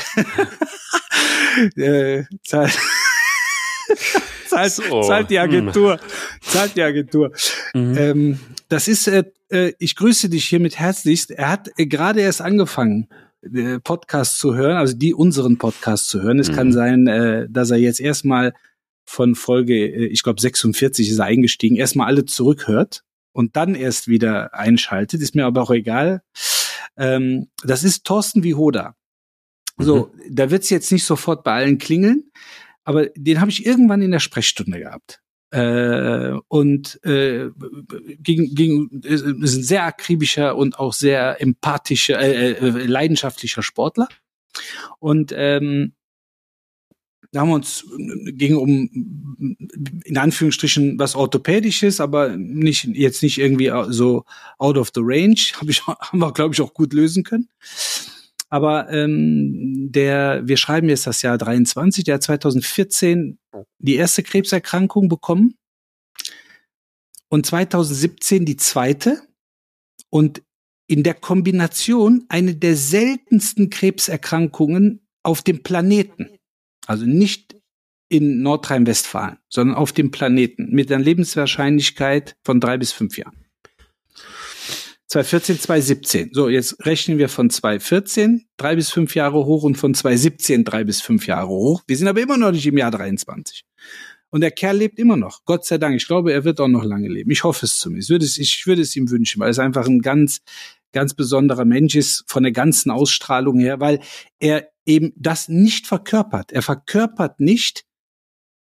äh, zahlt, zahlt, so. zahlt die Agentur, zahlt die Agentur. Mhm. Ähm, das ist, äh, ich grüße dich hiermit herzlichst. Er hat äh, gerade erst angefangen, Podcast zu hören, also die unseren Podcast zu hören. Es mhm. kann sein, äh, dass er jetzt erstmal von Folge, äh, ich glaube sechsundvierzig ist er eingestiegen, erstmal alle zurückhört und dann erst wieder einschaltet. Ist mir aber auch egal. Ähm, das ist Thorsten Wiehoda. Mhm. So, da wird's jetzt nicht sofort bei allen klingeln, aber den habe ich irgendwann in der Sprechstunde gehabt. Äh, und äh, gegen, gegen, ist ein sehr akribischer und auch sehr empathischer, äh, äh, leidenschaftlicher Sportler. Und ähm, da haben wir uns, ging um, in Anführungsstrichen, was Orthopädisches, aber nicht jetzt nicht irgendwie so out of the range. Hab ich, haben wir, glaube ich, auch gut lösen können. Aber ähm, der, wir schreiben jetzt das Jahr dreiundzwanzig, der hat zweitausendvierzehn die erste Krebserkrankung bekommen und zweitausendsiebzehn die zweite und in der Kombination eine der seltensten Krebserkrankungen auf dem Planeten. Also nicht in Nordrhein-Westfalen, sondern auf dem Planeten mit einer Lebenswahrscheinlichkeit von drei bis fünf Jahren. zweitausendvierzehn, zweitausendsiebzehn. So, jetzt rechnen wir von zweitausendvierzehn drei bis fünf Jahre hoch und von zweitausendsiebzehn drei bis fünf Jahre hoch. Wir sind aber immer noch nicht im Jahr dreiundzwanzig. Und der Kerl lebt immer noch. Gott sei Dank. Ich glaube, er wird auch noch lange leben. Ich hoffe es zumindest. Ich würde es, ich würde es ihm wünschen, weil er einfach ein ganz, ganz besonderer Mensch ist von der ganzen Ausstrahlung her, weil er eben das nicht verkörpert. Er verkörpert nicht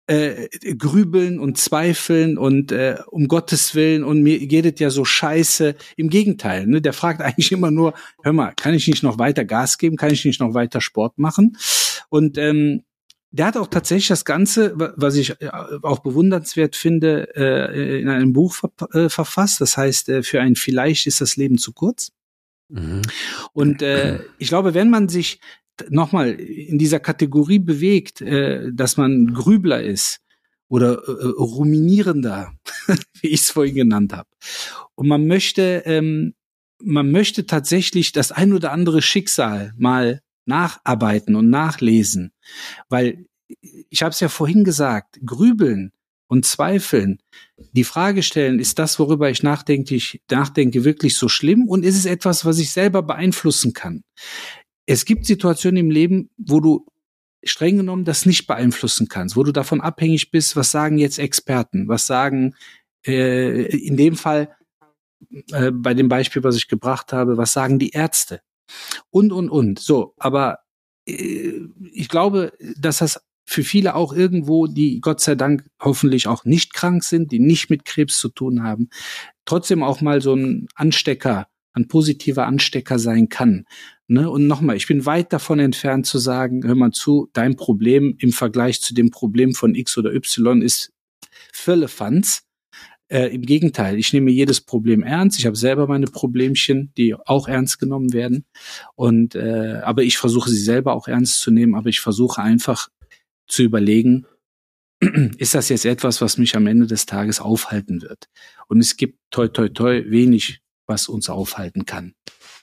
äh, grübeln und zweifeln und äh, um Gottes Willen und mir geht es ja so scheiße. Im Gegenteil, ne? Der fragt eigentlich immer nur, hör mal, kann ich nicht noch weiter Gas geben? Kann ich nicht noch weiter Sport machen? Und ähm, der hat auch tatsächlich das Ganze, was ich auch bewundernswert finde, äh, in einem Buch ver- äh, verfasst. Das heißt, äh, für einen vielleicht ist das Leben zu kurz. Mhm. Und äh, ich glaube, wenn man sich nochmal in dieser Kategorie bewegt, äh, dass man Grübler ist oder äh, Ruminierender, wie ich es vorhin genannt habe, und man möchte, ähm, man möchte tatsächlich das ein oder andere Schicksal mal nacharbeiten und nachlesen, weil ich habe es ja vorhin gesagt, grübeln und zweifeln, die Frage stellen, ist das, worüber ich nachdenke, ich nachdenke, wirklich so schlimm und ist es etwas, was ich selber beeinflussen kann? Es gibt Situationen im Leben, wo du streng genommen das nicht beeinflussen kannst, wo du davon abhängig bist, was sagen jetzt Experten, was sagen äh, in dem Fall äh, bei dem Beispiel, was ich gebracht habe, was sagen die Ärzte und, und, und. So, aber äh, ich glaube, dass das für viele auch irgendwo, die Gott sei Dank hoffentlich auch nicht krank sind, die nicht mit Krebs zu tun haben, trotzdem auch mal so ein Anstecker, ein positiver Anstecker sein kann. Ne? Und nochmal, ich bin weit davon entfernt zu sagen, hör mal zu, dein Problem im Vergleich zu dem Problem von X oder Y ist Firlefanz. Äh, Im Gegenteil, ich nehme jedes Problem ernst. Ich habe selber meine Problemchen, die auch ernst genommen werden. Und äh, aber ich versuche sie selber auch ernst zu nehmen. Aber ich versuche einfach zu überlegen, ist das jetzt etwas, was mich am Ende des Tages aufhalten wird? Und es gibt toi toi toi wenig, was uns aufhalten kann.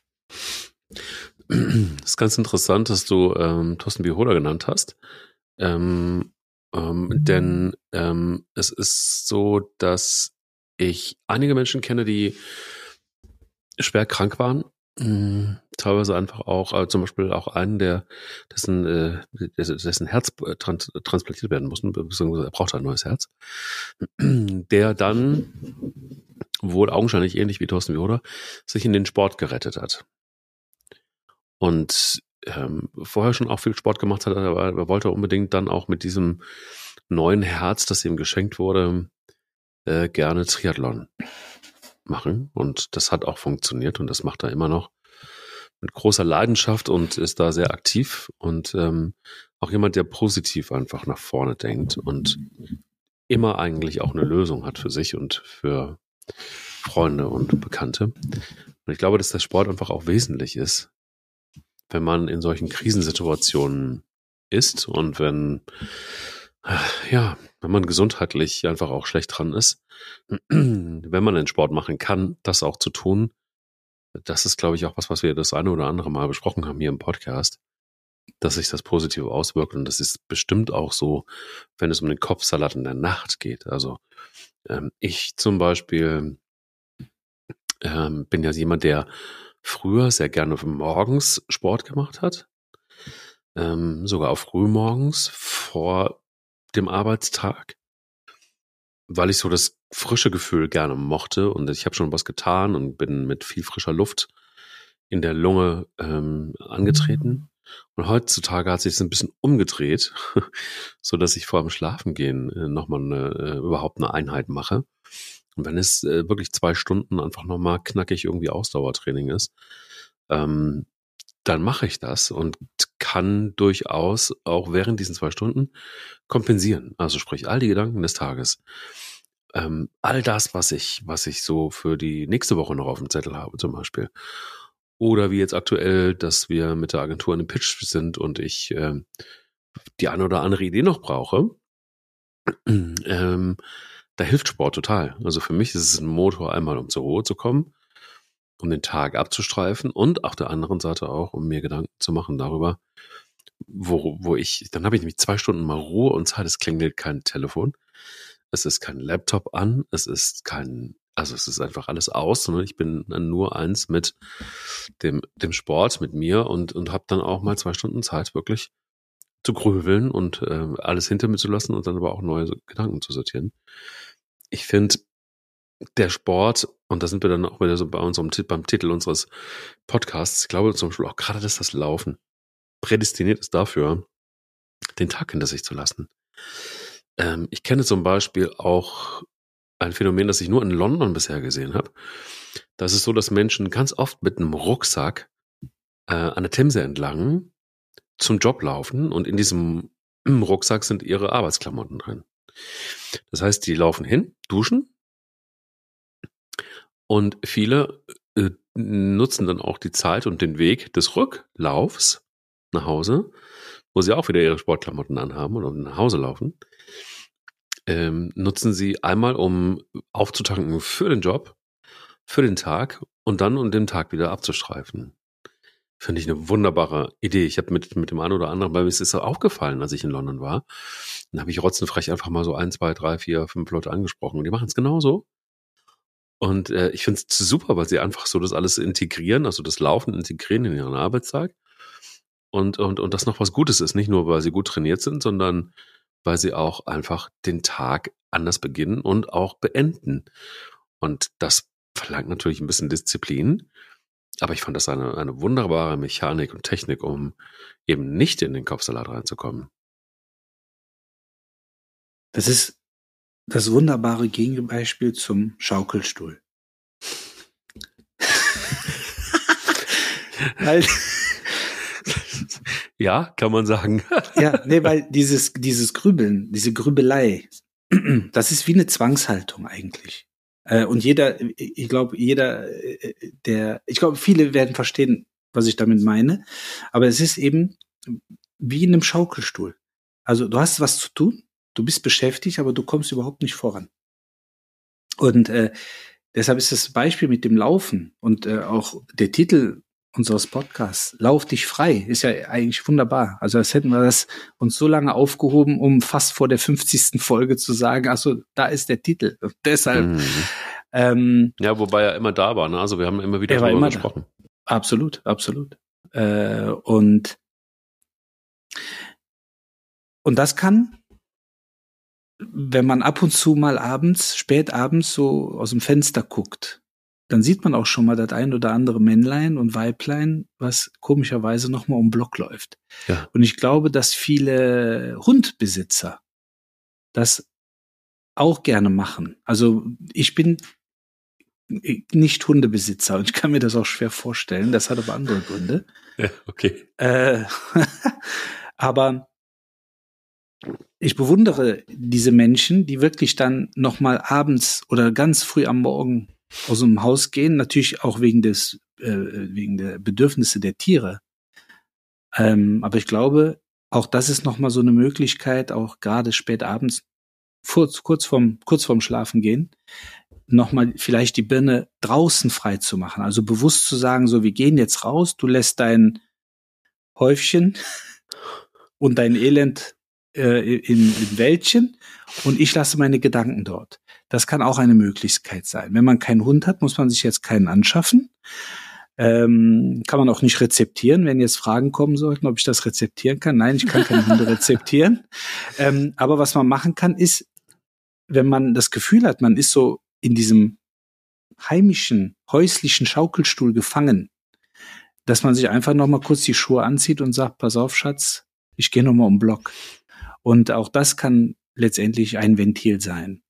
Das ist ganz interessant, dass du ähm, Thorsten Bihoder genannt hast. Ähm, ähm, denn ähm, es ist so, dass ich einige Menschen kenne, die schwer krank waren. Mhm. Teilweise einfach auch, äh, zum Beispiel auch einen, der dessen, äh, dessen Herz trans- transplantiert werden musste, beziehungsweise er brauchte ein neues Herz, der dann wohl augenscheinlich ähnlich wie Thorsten Bihoder sich in den Sport gerettet hat. Und ähm, vorher schon auch viel Sport gemacht hat, aber er wollte unbedingt dann auch mit diesem neuen Herz, das ihm geschenkt wurde, äh, gerne Triathlon machen. Und das hat auch funktioniert und das macht er immer noch mit großer Leidenschaft und ist da sehr aktiv und ähm, auch jemand, der positiv einfach nach vorne denkt und immer eigentlich auch eine Lösung hat für sich und für Freunde und Bekannte. Und ich glaube, dass der Sport einfach auch wesentlich ist, wenn man in solchen Krisensituationen ist und wenn, ja, wenn man gesundheitlich einfach auch schlecht dran ist, wenn man den Sport machen kann, das auch zu tun. Das ist, glaube ich, auch was, was wir das eine oder andere Mal besprochen haben hier im Podcast, dass sich das positiv auswirkt. Und das ist bestimmt auch so, wenn es um den Kopfsalat in der Nacht geht. Also ähm, ich zum Beispiel ähm, bin ja jemand, der früher sehr gerne morgens Sport gemacht hat. Ähm, sogar auch frühmorgens vor dem Arbeitstag, weil ich so das frische Gefühl gerne mochte und ich habe schon was getan und bin mit viel frischer Luft in der Lunge ähm, angetreten. Und heutzutage hat sich das ein bisschen umgedreht, so dass ich vor dem Schlafengehen äh, nochmal eine, äh, überhaupt eine Einheit mache. Und wenn es äh, wirklich zwei Stunden einfach nochmal knackig irgendwie Ausdauertraining ist, ähm, dann mache ich das und kann durchaus auch während diesen zwei Stunden kompensieren. Also sprich, all die Gedanken des Tages, ähm, all das, was ich, was ich so für die nächste Woche noch auf dem Zettel habe zum Beispiel. Oder wie jetzt aktuell, dass wir mit der Agentur in einem Pitch sind und ich äh, die eine oder andere Idee noch brauche. ähm, da hilft Sport total. Also für mich ist es ein Motor, einmal um zur Ruhe zu kommen, um den Tag abzustreifen und auf der anderen Seite auch, um mir Gedanken zu machen darüber, wo, wo ich, dann habe ich nämlich zwei Stunden mal Ruhe und Zeit, es klingelt kein Telefon, es ist kein Laptop an, es ist kein, also es ist einfach alles aus, sondern ich bin dann nur eins mit dem, dem Sport, mit mir und, und habe dann auch mal zwei Stunden Zeit, wirklich zu grübeln und äh, alles hinter mir zu lassen und dann aber auch neue Gedanken zu sortieren. Ich finde, der Sport, und da sind wir dann auch wieder so bei unserem beim Titel unseres Podcasts, ich glaube zum Beispiel auch gerade, dass das Laufen prädestiniert ist dafür, den Tag hinter sich zu lassen. ähm, ich kenne zum Beispiel auch ein Phänomen, das ich nur in London bisher gesehen habe. Das ist so, dass Menschen ganz oft mit einem Rucksack äh, an der Themse entlang zum Job laufen und in diesem Rucksack sind ihre Arbeitsklamotten drin. Das heißt, die laufen hin, duschen und viele äh, nutzen dann auch die Zeit und den Weg des Rücklaufs nach Hause, wo sie auch wieder ihre Sportklamotten anhaben und nach Hause laufen, ähm, nutzen sie einmal, um aufzutanken für den Job, für den Tag und dann um den Tag wieder abzustreifen. Finde ich eine wunderbare Idee. Ich habe mit, mit dem einen oder anderen, weil mir ist es aufgefallen, als ich in London war. Dann habe ich rotzenfrech einfach mal so ein, zwei, drei, vier, fünf Leute angesprochen. Und die machen es genauso. Und äh, ich finde es super, weil sie einfach so das alles integrieren, also das Laufen integrieren in ihren Arbeitstag. Und, und, und das noch was Gutes ist. Nicht nur, weil sie gut trainiert sind, sondern weil sie auch einfach den Tag anders beginnen und auch beenden. Und das verlangt natürlich ein bisschen Disziplin. Aber ich fand das eine, eine wunderbare Mechanik und Technik, um eben nicht in den Kopfsalat reinzukommen. Das ist das wunderbare Gegenbeispiel zum Schaukelstuhl. Weil, ja, kann man sagen. ja, nee, weil dieses, dieses Grübeln, diese Grübelei, das ist wie eine Zwangshaltung eigentlich. Und jeder, ich glaube, jeder, der, ich glaube, viele werden verstehen, was ich damit meine. Aber es ist eben wie in einem Schaukelstuhl. Also du hast was zu tun, du bist beschäftigt, aber du kommst überhaupt nicht voran. Und äh, deshalb ist das Beispiel mit dem Laufen und äh, auch der Titel unseres Podcasts, Lauf dich frei, ist ja eigentlich wunderbar. Also als hätten wir das uns so lange aufgehoben, um fast vor der fünfzigsten Folge zu sagen, ach so, da ist der Titel. Und deshalb. Mhm. Ähm, ja, wobei er immer da war, ne? Also wir haben immer wieder er war darüber immer gesprochen. Da. Absolut, absolut. Äh, und und das kann, wenn man ab und zu mal abends, spät abends so aus dem Fenster guckt, dann sieht man auch schon mal das ein oder andere Männlein und Weiblein, was komischerweise nochmal um den Block läuft. Ja. Und ich glaube, dass viele Hundbesitzer das auch gerne machen. Also ich bin nicht Hundebesitzer und ich kann mir das auch schwer vorstellen. Das hat aber andere Gründe. Ja, okay. Äh, aber ich bewundere diese Menschen, die wirklich dann nochmal abends oder ganz früh am Morgen aus dem Haus gehen, natürlich auch wegen des äh, wegen der Bedürfnisse der Tiere. Ähm, aber ich glaube, auch das ist nochmal so eine Möglichkeit, auch gerade spät abends, kurz, kurz vorm kurz vorm Schlafengehen, nochmal vielleicht die Birne draußen frei zu machen. Also bewusst zu sagen, so, wir gehen jetzt raus, du lässt dein Häufchen und dein Elend äh, im, im Wäldchen und ich lasse meine Gedanken dort. Das kann auch eine Möglichkeit sein. Wenn man keinen Hund hat, muss man sich jetzt keinen anschaffen. Ähm, kann man auch nicht rezeptieren, wenn jetzt Fragen kommen sollten, ob ich das rezeptieren kann. Nein, ich kann keine Hunde rezeptieren. Ähm, aber was man machen kann, ist, wenn man das Gefühl hat, man ist so in diesem heimischen, häuslichen Schaukelstuhl gefangen, dass man sich einfach noch mal kurz die Schuhe anzieht und sagt, pass auf, Schatz, ich gehe noch mal um den Block. Und auch das kann letztendlich ein Ventil sein.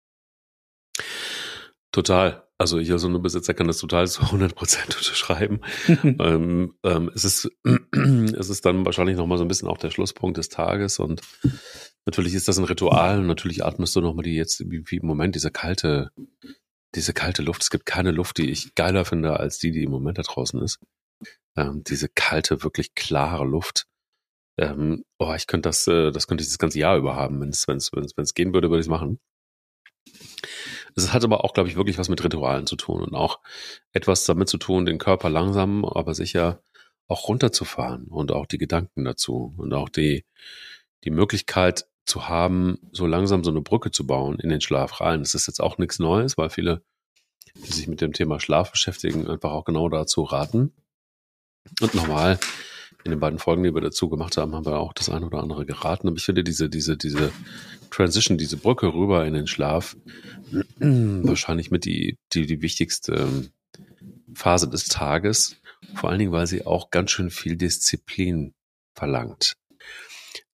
Total. Also ich als Hundebesitzer kann das total zu hundert Prozent unterschreiben. ähm, ähm, es ist, es ist dann wahrscheinlich noch mal so ein bisschen auch der Schlusspunkt des Tages und natürlich ist das ein Ritual und natürlich atmest du noch mal die jetzt, wie, wie im Moment, diese kalte, diese kalte Luft. Es gibt keine Luft, die ich geiler finde, als die, die im Moment da draußen ist. Ähm, diese kalte, wirklich klare Luft. Ähm, oh, ich könnte das, äh, das könnte ich das ganze Jahr über haben. Wenn es, wenn es, wenn es, wenn es gehen würde, würde ich es machen. Es hat aber auch, glaube ich, wirklich was mit Ritualen zu tun und auch etwas damit zu tun, den Körper langsam, aber sicher auch runterzufahren und auch die Gedanken dazu und auch die, die Möglichkeit zu haben, so langsam so eine Brücke zu bauen in den Schlaf rein. Das ist jetzt auch nichts Neues, weil viele, die sich mit dem Thema Schlaf beschäftigen, einfach auch genau dazu raten. Und nochmal, in den beiden Folgen, die wir dazu gemacht haben, haben wir auch das eine oder andere geraten. Aber ich finde diese, diese, diese Transition, diese Brücke rüber in den Schlaf, wahrscheinlich mit die, die, die wichtigste Phase des Tages. Vor allen Dingen, weil sie auch ganz schön viel Disziplin verlangt.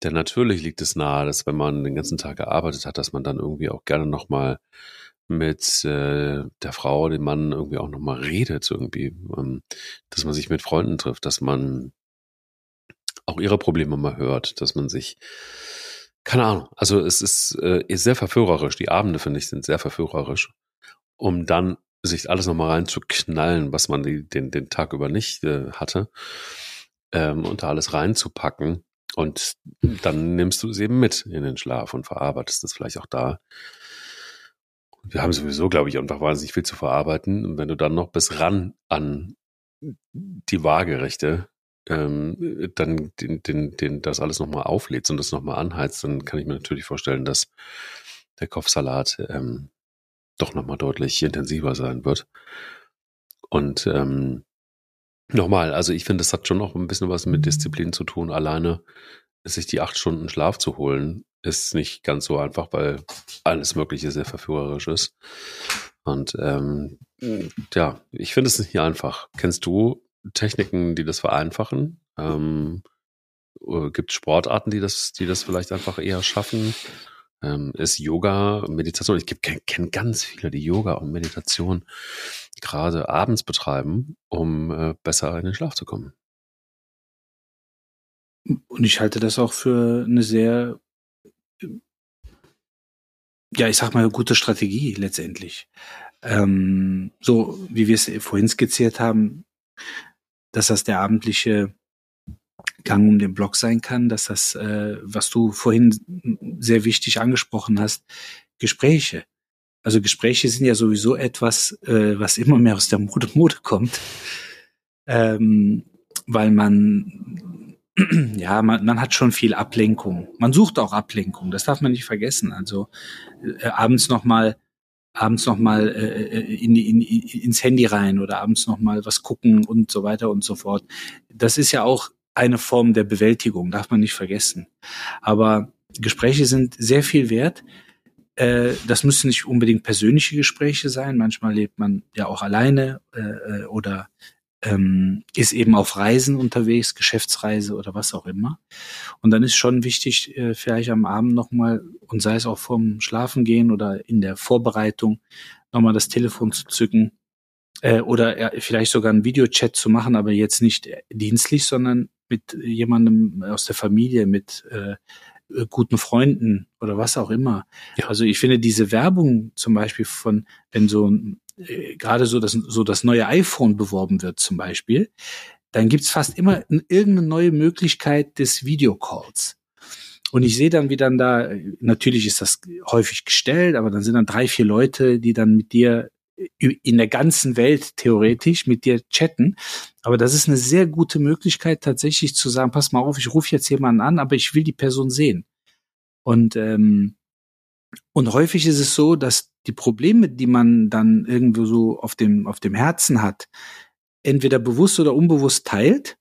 Denn natürlich liegt es nahe, dass wenn man den ganzen Tag gearbeitet hat, dass man dann irgendwie auch gerne nochmal mit äh, der Frau, dem Mann irgendwie auch nochmal redet irgendwie, ähm, dass man sich mit Freunden trifft, dass man auch ihre Probleme mal hört, dass man sich, keine Ahnung, also es ist, äh, ist sehr verführerisch, die Abende, finde ich, sind sehr verführerisch, um dann sich alles nochmal reinzuknallen, was man die, den, den Tag über nicht äh, hatte, ähm, und da alles reinzupacken und dann nimmst du es eben mit in den Schlaf und verarbeitest es vielleicht auch da. Wir haben sowieso, glaube ich, einfach wahnsinnig viel zu verarbeiten. Und wenn du dann noch bis ran an die Waagerechte ähm, dann den, den, den, das alles nochmal auflädst und das nochmal anheizt, dann kann ich mir natürlich vorstellen, dass der Kopfsalat ähm, doch nochmal deutlich intensiver sein wird. Und ähm, nochmal, also ich finde, das hat schon noch ein bisschen was mit Disziplin zu tun. Alleine sich die acht Stunden Schlaf zu holen, ist nicht ganz so einfach, weil alles Mögliche sehr verführerisch ist. Und ähm, ja, ich finde es nicht einfach. Kennst du Techniken, die das vereinfachen? Ähm, gibt es Sportarten, die das, die das vielleicht einfach eher schaffen? Ähm, ist Yoga, Meditation? Ich kenne ganz viele, die Yoga und Meditation gerade abends betreiben, um äh, besser in den Schlaf zu kommen. Und ich halte das auch für eine sehr, ja, ich sag mal, gute Strategie letztendlich. Ähm, so wie wir es vorhin skizziert haben, dass das der abendliche Gang um den Block sein kann, dass das, äh, was du vorhin sehr wichtig angesprochen hast, Gespräche. Also Gespräche sind ja sowieso etwas, äh, was immer mehr aus der Mode, Mode kommt, ähm, weil man, ja, man, man hat schon viel Ablenkung. Man sucht auch Ablenkung, das darf man nicht vergessen. Also äh, abends nochmal abends noch mal äh, in, in, ins Handy rein oder abends noch mal was gucken und so weiter und so fort. Das ist ja auch eine Form der Bewältigung, darf man nicht vergessen. Aber Gespräche sind sehr viel wert. Äh, das müssen nicht unbedingt persönliche Gespräche sein. Manchmal lebt man ja auch alleine äh, oder ähm, ist eben auf Reisen unterwegs, Geschäftsreise oder was auch immer. Und dann ist schon wichtig, äh, vielleicht am Abend nochmal, und sei es auch vorm Schlafengehen oder in der Vorbereitung, nochmal das Telefon zu zücken äh, oder äh, vielleicht sogar einen Videochat zu machen, aber jetzt nicht dienstlich, sondern mit jemandem aus der Familie, mit äh, guten Freunden oder was auch immer. Ja. Also ich finde diese Werbung zum Beispiel von, wenn so äh, gerade so das, so das neue iPhone beworben wird zum Beispiel, dann gibt's fast immer irgendeine neue Möglichkeit des Videocalls. Und ich sehe dann, wie dann da, natürlich ist das häufig gestellt, aber dann sind dann drei, vier Leute, die dann mit dir in der ganzen Welt theoretisch mit dir chatten. Aber das ist eine sehr gute Möglichkeit, tatsächlich zu sagen, pass mal auf, ich rufe jetzt jemanden an, aber ich will die Person sehen. Und ähm, und häufig ist es so, dass die Probleme, die man dann irgendwo so auf dem auf dem Herzen hat, entweder bewusst oder unbewusst teilt.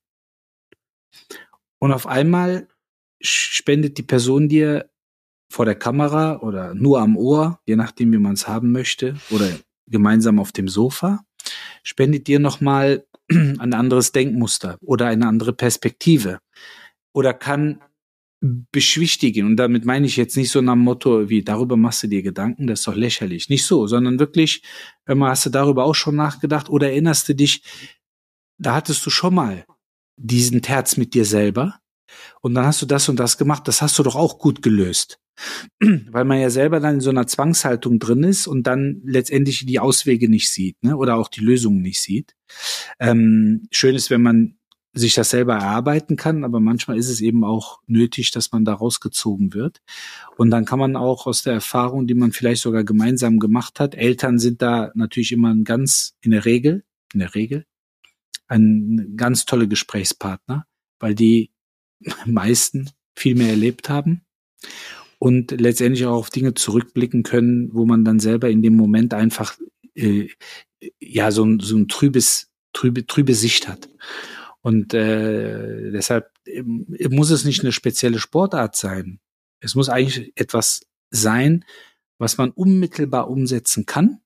Und auf einmal spendet die Person dir vor der Kamera oder nur am Ohr, je nachdem, wie man es haben möchte, oder gemeinsam auf dem Sofa, spendet dir nochmal ein anderes Denkmuster oder eine andere Perspektive oder kann beschwichtigen. Und damit meine ich jetzt nicht so nach dem Motto, wie darüber machst du dir Gedanken, das ist doch lächerlich. Nicht so, sondern wirklich, hör mal, hast du darüber auch schon nachgedacht oder erinnerst du dich, da hattest du schon mal diesen Terz mit dir selber und dann hast du das und das gemacht, das hast du doch auch gut gelöst. Weil man ja selber dann in so einer Zwangshaltung drin ist und dann letztendlich die Auswege nicht sieht, ne? Oder auch die Lösungen nicht sieht. Ähm, schön ist, wenn man sich das selber erarbeiten kann, aber manchmal ist es eben auch nötig, dass man da rausgezogen wird. Und dann kann man auch aus der Erfahrung, die man vielleicht sogar gemeinsam gemacht hat, Eltern sind da natürlich immer ein ganz, in der Regel, in der Regel, ein ganz tolle Gesprächspartner, weil die meisten viel mehr erlebt haben und letztendlich auch auf Dinge zurückblicken können, wo man dann selber in dem Moment einfach äh, ja so ein, so ein trübes, trübe, trübe Sicht hat. Und äh, deshalb äh, muss es nicht eine spezielle Sportart sein. Es muss eigentlich etwas sein, was man unmittelbar umsetzen kann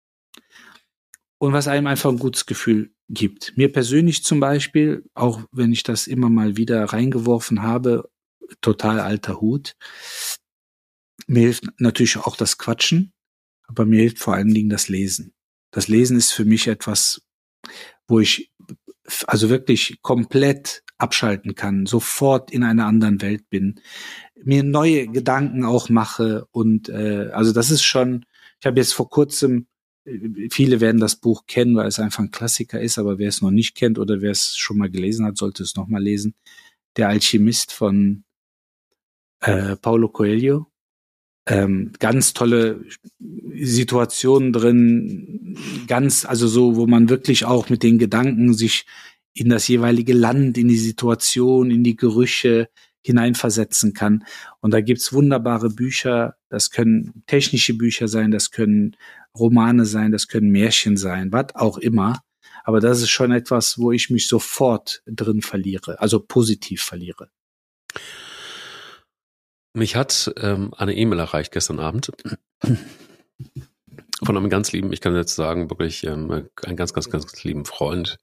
und was einem einfach ein gutes Gefühl gibt. Mir persönlich zum Beispiel, auch wenn ich das immer mal wieder reingeworfen habe, total alter Hut. Mir hilft natürlich auch das Quatschen, aber mir hilft vor allen Dingen das Lesen. Das Lesen ist für mich etwas, wo ich also wirklich komplett abschalten kann, sofort in einer anderen Welt bin, mir neue Gedanken auch mache und äh, also das ist schon, ich habe jetzt vor kurzem, viele werden das Buch kennen, weil es einfach ein Klassiker ist, aber wer es noch nicht kennt oder wer es schon mal gelesen hat, sollte es noch mal lesen. Der Alchemist von äh, Paulo Coelho. Ähm, ganz tolle Situationen drin, ganz, also so, wo man wirklich auch mit den Gedanken sich in das jeweilige Land, in die Situation, in die Gerüche hineinversetzen kann. Und da gibt's wunderbare Bücher, das können technische Bücher sein, das können Romane sein, das können Märchen sein, was auch immer. Aber das ist schon etwas, wo ich mich sofort drin verliere, also positiv verliere. Mich hat ähm, eine E-Mail erreicht gestern Abend von einem ganz lieben, ich kann jetzt sagen, wirklich ähm, einen ganz, ganz, ganz lieben Freund,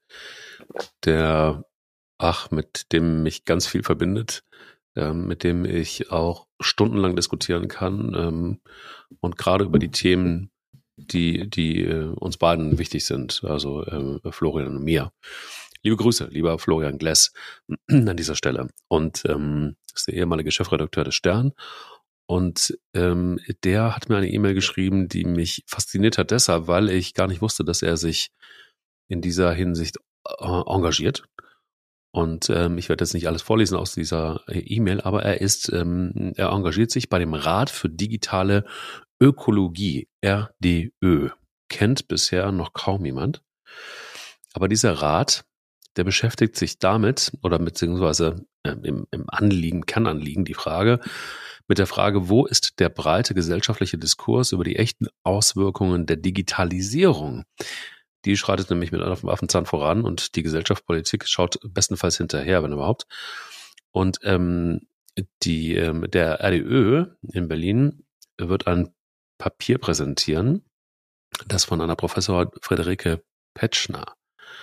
der, ach, mit dem mich ganz viel verbindet, ähm, mit dem ich auch stundenlang diskutieren kann ähm, und gerade über die Themen, die, die äh, uns beiden wichtig sind, also äh, Florian und mir. Liebe Grüße, lieber Florian Gless an dieser Stelle. Und ähm, ist der ehemalige Chefredakteur des Stern. Und ähm, der hat mir eine E-Mail geschrieben, die mich fasziniert hat deshalb, weil ich gar nicht wusste, dass er sich in dieser Hinsicht äh, engagiert. Und ähm, ich werde jetzt nicht alles vorlesen aus dieser E-Mail, aber er ist, ähm, er engagiert sich bei dem Rat für digitale Ökologie, R D Ö. Kennt bisher noch kaum jemand. Aber dieser Rat, der beschäftigt sich damit, oder beziehungsweise äh, im, im Anliegen, Kernanliegen, die Frage, mit der Frage, wo ist der breite gesellschaftliche Diskurs über die echten Auswirkungen der Digitalisierung? Die schreitet nämlich mit auf dem Affenzahn voran und die Gesellschaftspolitik schaut bestenfalls hinterher, wenn überhaupt. Und ähm, die, ähm, der R D Ö in Berlin wird ein Papier präsentieren, das von einer Professor Friederike Petschner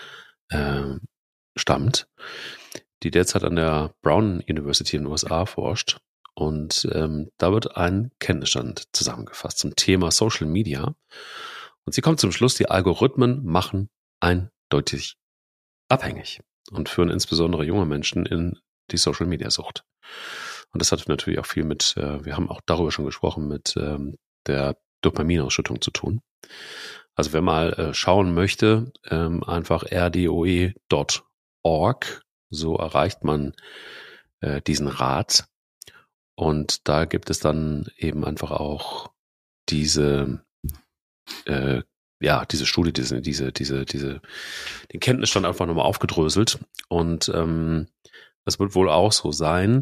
äh, stammt, die derzeit an der Brown University in den U S A forscht. Und ähm, da wird ein Kenntnisstand zusammengefasst zum Thema Social Media. Und sie kommt zum Schluss, die Algorithmen machen eindeutig abhängig und führen insbesondere junge Menschen in die Social Media Sucht. Und das hat natürlich auch viel mit, äh, wir haben auch darüber schon gesprochen, mit ähm, der Dopaminausschüttung zu tun. Also wer mal äh, schauen möchte, ähm, einfach r d o e punkt org, so erreicht man äh, diesen Rat. Und da gibt es dann eben einfach auch diese, äh, ja, diese Studie, diese, diese, diese, diese, den Kenntnisstand einfach nochmal aufgedröselt. Und ähm, das wird wohl auch so sein.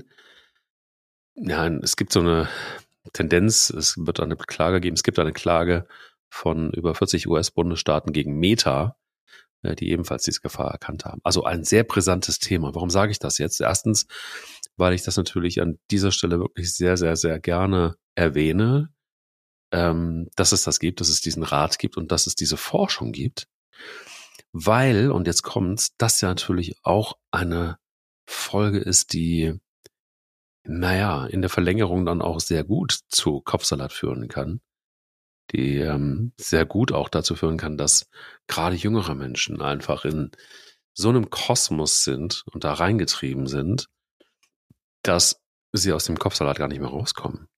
Ja, es gibt so eine Tendenz, es wird eine Klage geben, es gibt eine Klage von über vierzig U S-Bundesstaaten gegen Meta, die ebenfalls diese Gefahr erkannt haben. Also ein sehr brisantes Thema. Warum sage ich das jetzt? Erstens, weil ich das natürlich an dieser Stelle wirklich sehr, sehr, sehr gerne erwähne, ähm, dass es das gibt, dass es diesen Rat gibt und dass es diese Forschung gibt. Weil, und jetzt kommt's, das ja natürlich auch eine Folge ist, die, naja, in der Verlängerung dann auch sehr gut zu Kopfsalat führen kann. Die ähm, sehr gut auch dazu führen kann, dass gerade jüngere Menschen einfach in so einem Kosmos sind und da reingetrieben sind, dass sie aus dem Kopfsalat gar nicht mehr rauskommen.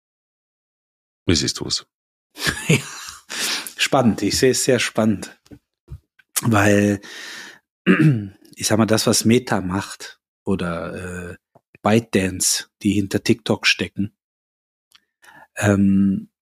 Wie siehst du es? Ja, spannend. Ich sehe es sehr spannend. Weil, ich sag mal, das, was Meta macht oder äh, ByteDance, die hinter TikTok stecken, ähm,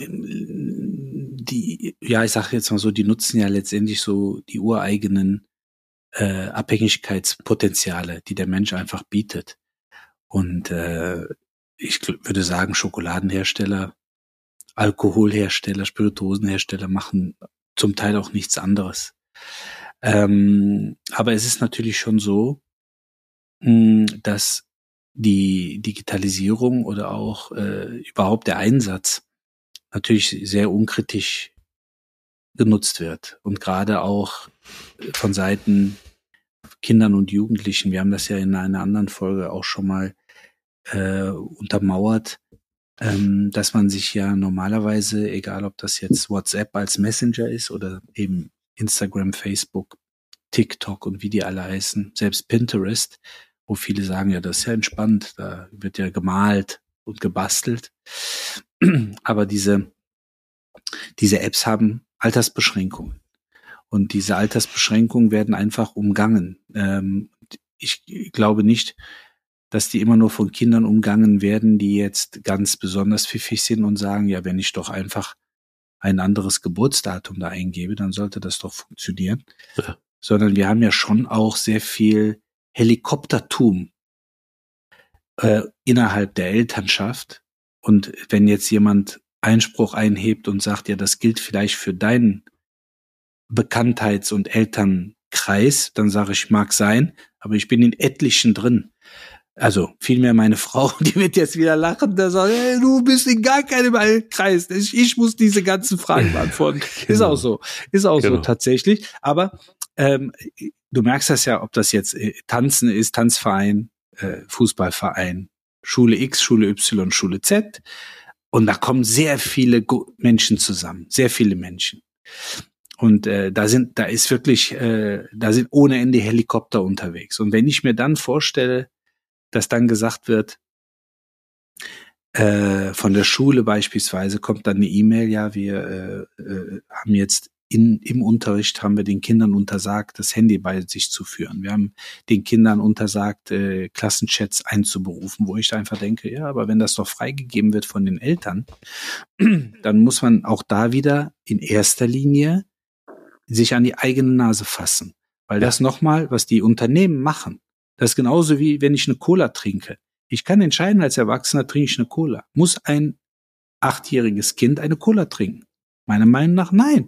die, ja, ich sage jetzt mal so, die nutzen ja letztendlich so die ureigenen äh, Abhängigkeitspotenziale, die der Mensch einfach bietet. Und äh, ich würde sagen, Schokoladenhersteller, Alkoholhersteller, Spirituosenhersteller machen zum Teil auch nichts anderes. Ähm, aber es ist natürlich schon so, mh, dass die Digitalisierung oder auch äh, überhaupt der Einsatz natürlich sehr unkritisch genutzt wird. Und gerade auch von Seiten Kindern und Jugendlichen, wir haben das ja in einer anderen Folge auch schon mal äh, untermauert, ähm, dass man sich ja normalerweise, egal ob das jetzt WhatsApp als Messenger ist oder eben Instagram, Facebook, TikTok und wie die alle heißen, selbst Pinterest, wo viele sagen, ja, das ist ja entspannt, da wird ja gemalt und gebastelt. Aber diese, diese Apps haben Altersbeschränkungen. Und diese Altersbeschränkungen werden einfach umgangen. Ähm, ich glaube nicht, dass die immer nur von Kindern umgangen werden, die jetzt ganz besonders pfiffig sind und sagen, ja, wenn ich doch einfach ein anderes Geburtsdatum da eingebe, dann sollte das doch funktionieren. Ja. Sondern wir haben ja schon auch sehr viel Helikoptertum äh, innerhalb der Elternschaft. Und wenn jetzt jemand Einspruch einhebt und sagt, ja, das gilt vielleicht für deinen Bekanntheits- und Elternkreis, dann sage ich, mag sein, aber ich bin in etlichen drin. Also vielmehr meine Frau, die wird jetzt wieder lachen, da sagt, hey, du bist in gar keinem Kreis. Ich, ich muss diese ganzen Fragen beantworten. Genau. Ist auch so, ist auch genau. so tatsächlich. Aber ähm, du merkst das ja, ob das jetzt äh, Tanzen ist, Tanzverein, äh, Fußballverein, Schule X, Schule Y, Schule Z. Und da kommen sehr viele Go- Menschen zusammen, sehr viele Menschen. Und äh, da sind, da ist wirklich, äh, da sind ohne Ende Helikopter unterwegs. Und wenn ich mir dann vorstelle, dass dann gesagt wird, äh, von der Schule beispielsweise kommt dann eine E-Mail, ja, wir äh, äh, haben jetzt in, im Unterricht haben wir den Kindern untersagt, das Handy bei sich zu führen. Wir haben den Kindern untersagt, äh, Klassenchats einzuberufen, wo ich einfach denke, ja, aber wenn das doch freigegeben wird von den Eltern, dann muss man auch da wieder in erster Linie sich an die eigene Nase fassen. Weil das nochmal, was die Unternehmen machen, das ist genauso wie wenn ich eine Cola trinke. Ich kann entscheiden, als Erwachsener trinke ich eine Cola. Muss ein achtjähriges Kind eine Cola trinken? Meiner Meinung nach nein.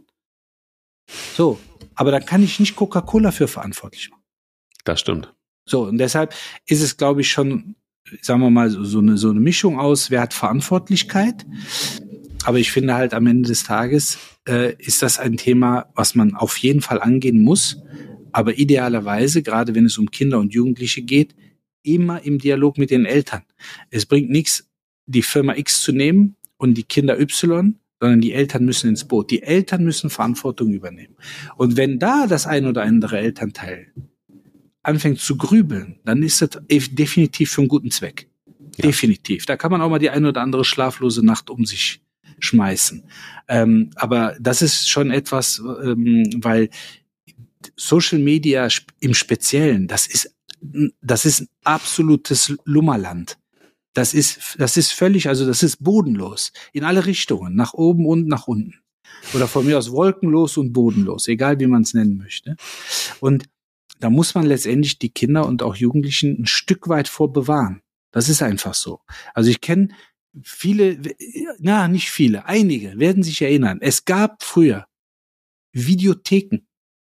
So, aber da kann ich nicht Coca-Cola für verantwortlich machen. Das stimmt. So, und deshalb ist es, glaube ich, schon, sagen wir mal, so eine, so eine Mischung aus, wer hat Verantwortlichkeit. Aber ich finde halt am Ende des Tages äh, ist das ein Thema, was man auf jeden Fall angehen muss. Aber idealerweise, gerade wenn es um Kinder und Jugendliche geht, immer im Dialog mit den Eltern. Es bringt nichts, die Firma X zu nehmen und die Kinder Y, sondern die Eltern müssen ins Boot. Die Eltern müssen Verantwortung übernehmen. Und wenn da das ein oder andere Elternteil anfängt zu grübeln, dann ist das definitiv für einen guten Zweck. Ja. Definitiv. Da kann man auch mal die eine oder andere schlaflose Nacht um sich schmeißen. Ähm, aber das ist schon etwas, ähm, weil Social Media im Speziellen, das ist, das ist ein absolutes Lummerland. Das ist, das ist völlig, also das ist bodenlos. In alle Richtungen. Nach oben und nach unten. Oder von mir aus wolkenlos und bodenlos. Egal, wie man es nennen möchte. Und da muss man letztendlich die Kinder und auch Jugendlichen ein Stück weit vor bewahren. Das ist einfach so. Also ich kenne viele, na, nicht viele, einige werden sich erinnern. Es gab früher Videotheken.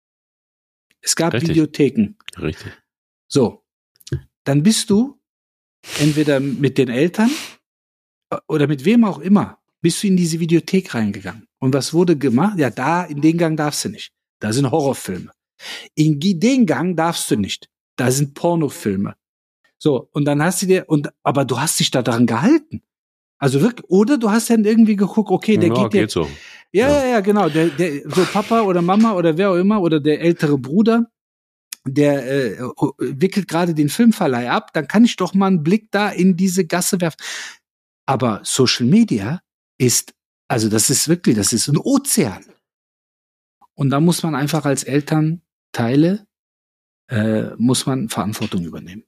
Es gab Richtig. Videotheken. Richtig. So, dann bist du entweder mit den Eltern oder mit wem auch immer, bist du in diese Videothek reingegangen. Und was wurde gemacht? Ja, da, in den Gang darfst du nicht. Da sind Horrorfilme. In den Gang darfst du nicht. Da sind Pornofilme. So, und dann hast du dir, und aber du hast dich da daran gehalten. Also wirklich, oder du hast dann irgendwie geguckt, okay, der ja, geht, geht der, so. Ja, ja, ja, genau. Der, der, so Papa oder Mama oder wer auch immer oder der ältere Bruder, der äh, wickelt gerade den Filmverleih ab, dann kann ich doch mal einen Blick da in diese Gasse werfen. Aber Social Media ist, also das ist wirklich, das ist ein Ozean. Und da muss man einfach als Elternteile, äh, muss man Verantwortung übernehmen.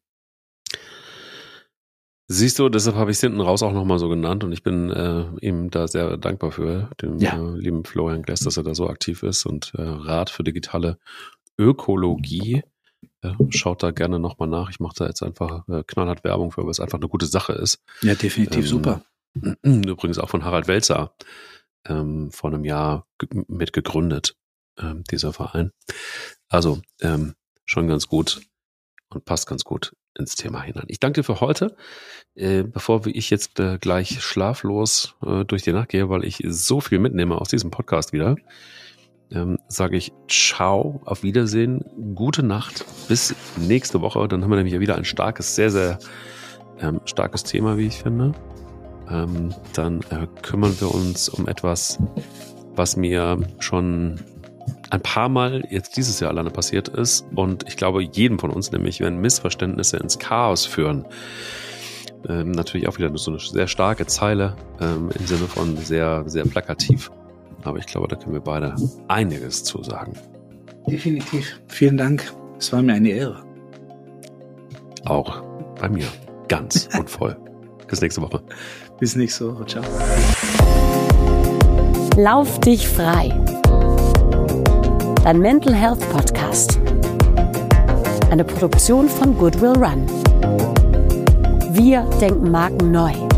Siehst du, deshalb habe ich es hinten raus auch nochmal so genannt und ich bin äh, ihm da sehr dankbar für, dem ja. äh, lieben Florian Gless, dass er da so aktiv ist und äh, Rat für digitale Ökologie. Äh, schaut da gerne nochmal nach. Ich mache da jetzt einfach äh, knallhart Werbung für, weil es einfach eine gute Sache ist. Ja, definitiv ähm, super. Übrigens auch von Harald Welzer ähm, vor einem Jahr ge- mit gegründet, ähm, dieser Verein. Also ähm, schon ganz gut und passt ganz gut ins Thema hinein. Ich danke dir für heute. Äh, bevor ich jetzt äh, gleich schlaflos äh, durch die Nacht gehe, weil ich so viel mitnehme aus diesem Podcast wieder, ähm, sage ich ciao, auf Wiedersehen, gute Nacht, bis nächste Woche. Dann haben wir nämlich wieder ein starkes, sehr, sehr Ähm, starkes Thema, wie ich finde. Ähm, dann äh, kümmern wir uns um etwas, was mir schon ein paar Mal jetzt dieses Jahr alleine passiert ist und ich glaube jedem von uns, nämlich wenn Missverständnisse ins Chaos führen, ähm, natürlich auch wieder so eine sehr starke Zeile ähm, im Sinne von sehr, sehr plakativ, aber ich glaube, da können wir beide einiges zu sagen. Definitiv. Vielen Dank. Es war mir eine Ehre. Auch bei mir. Ganz und voll. Bis nächste Woche. Bis nächste Woche. Ciao. Lauf dich frei. Dein Mental Health Podcast. Eine Produktion von Goodwill Run. Wir denken Marken neu.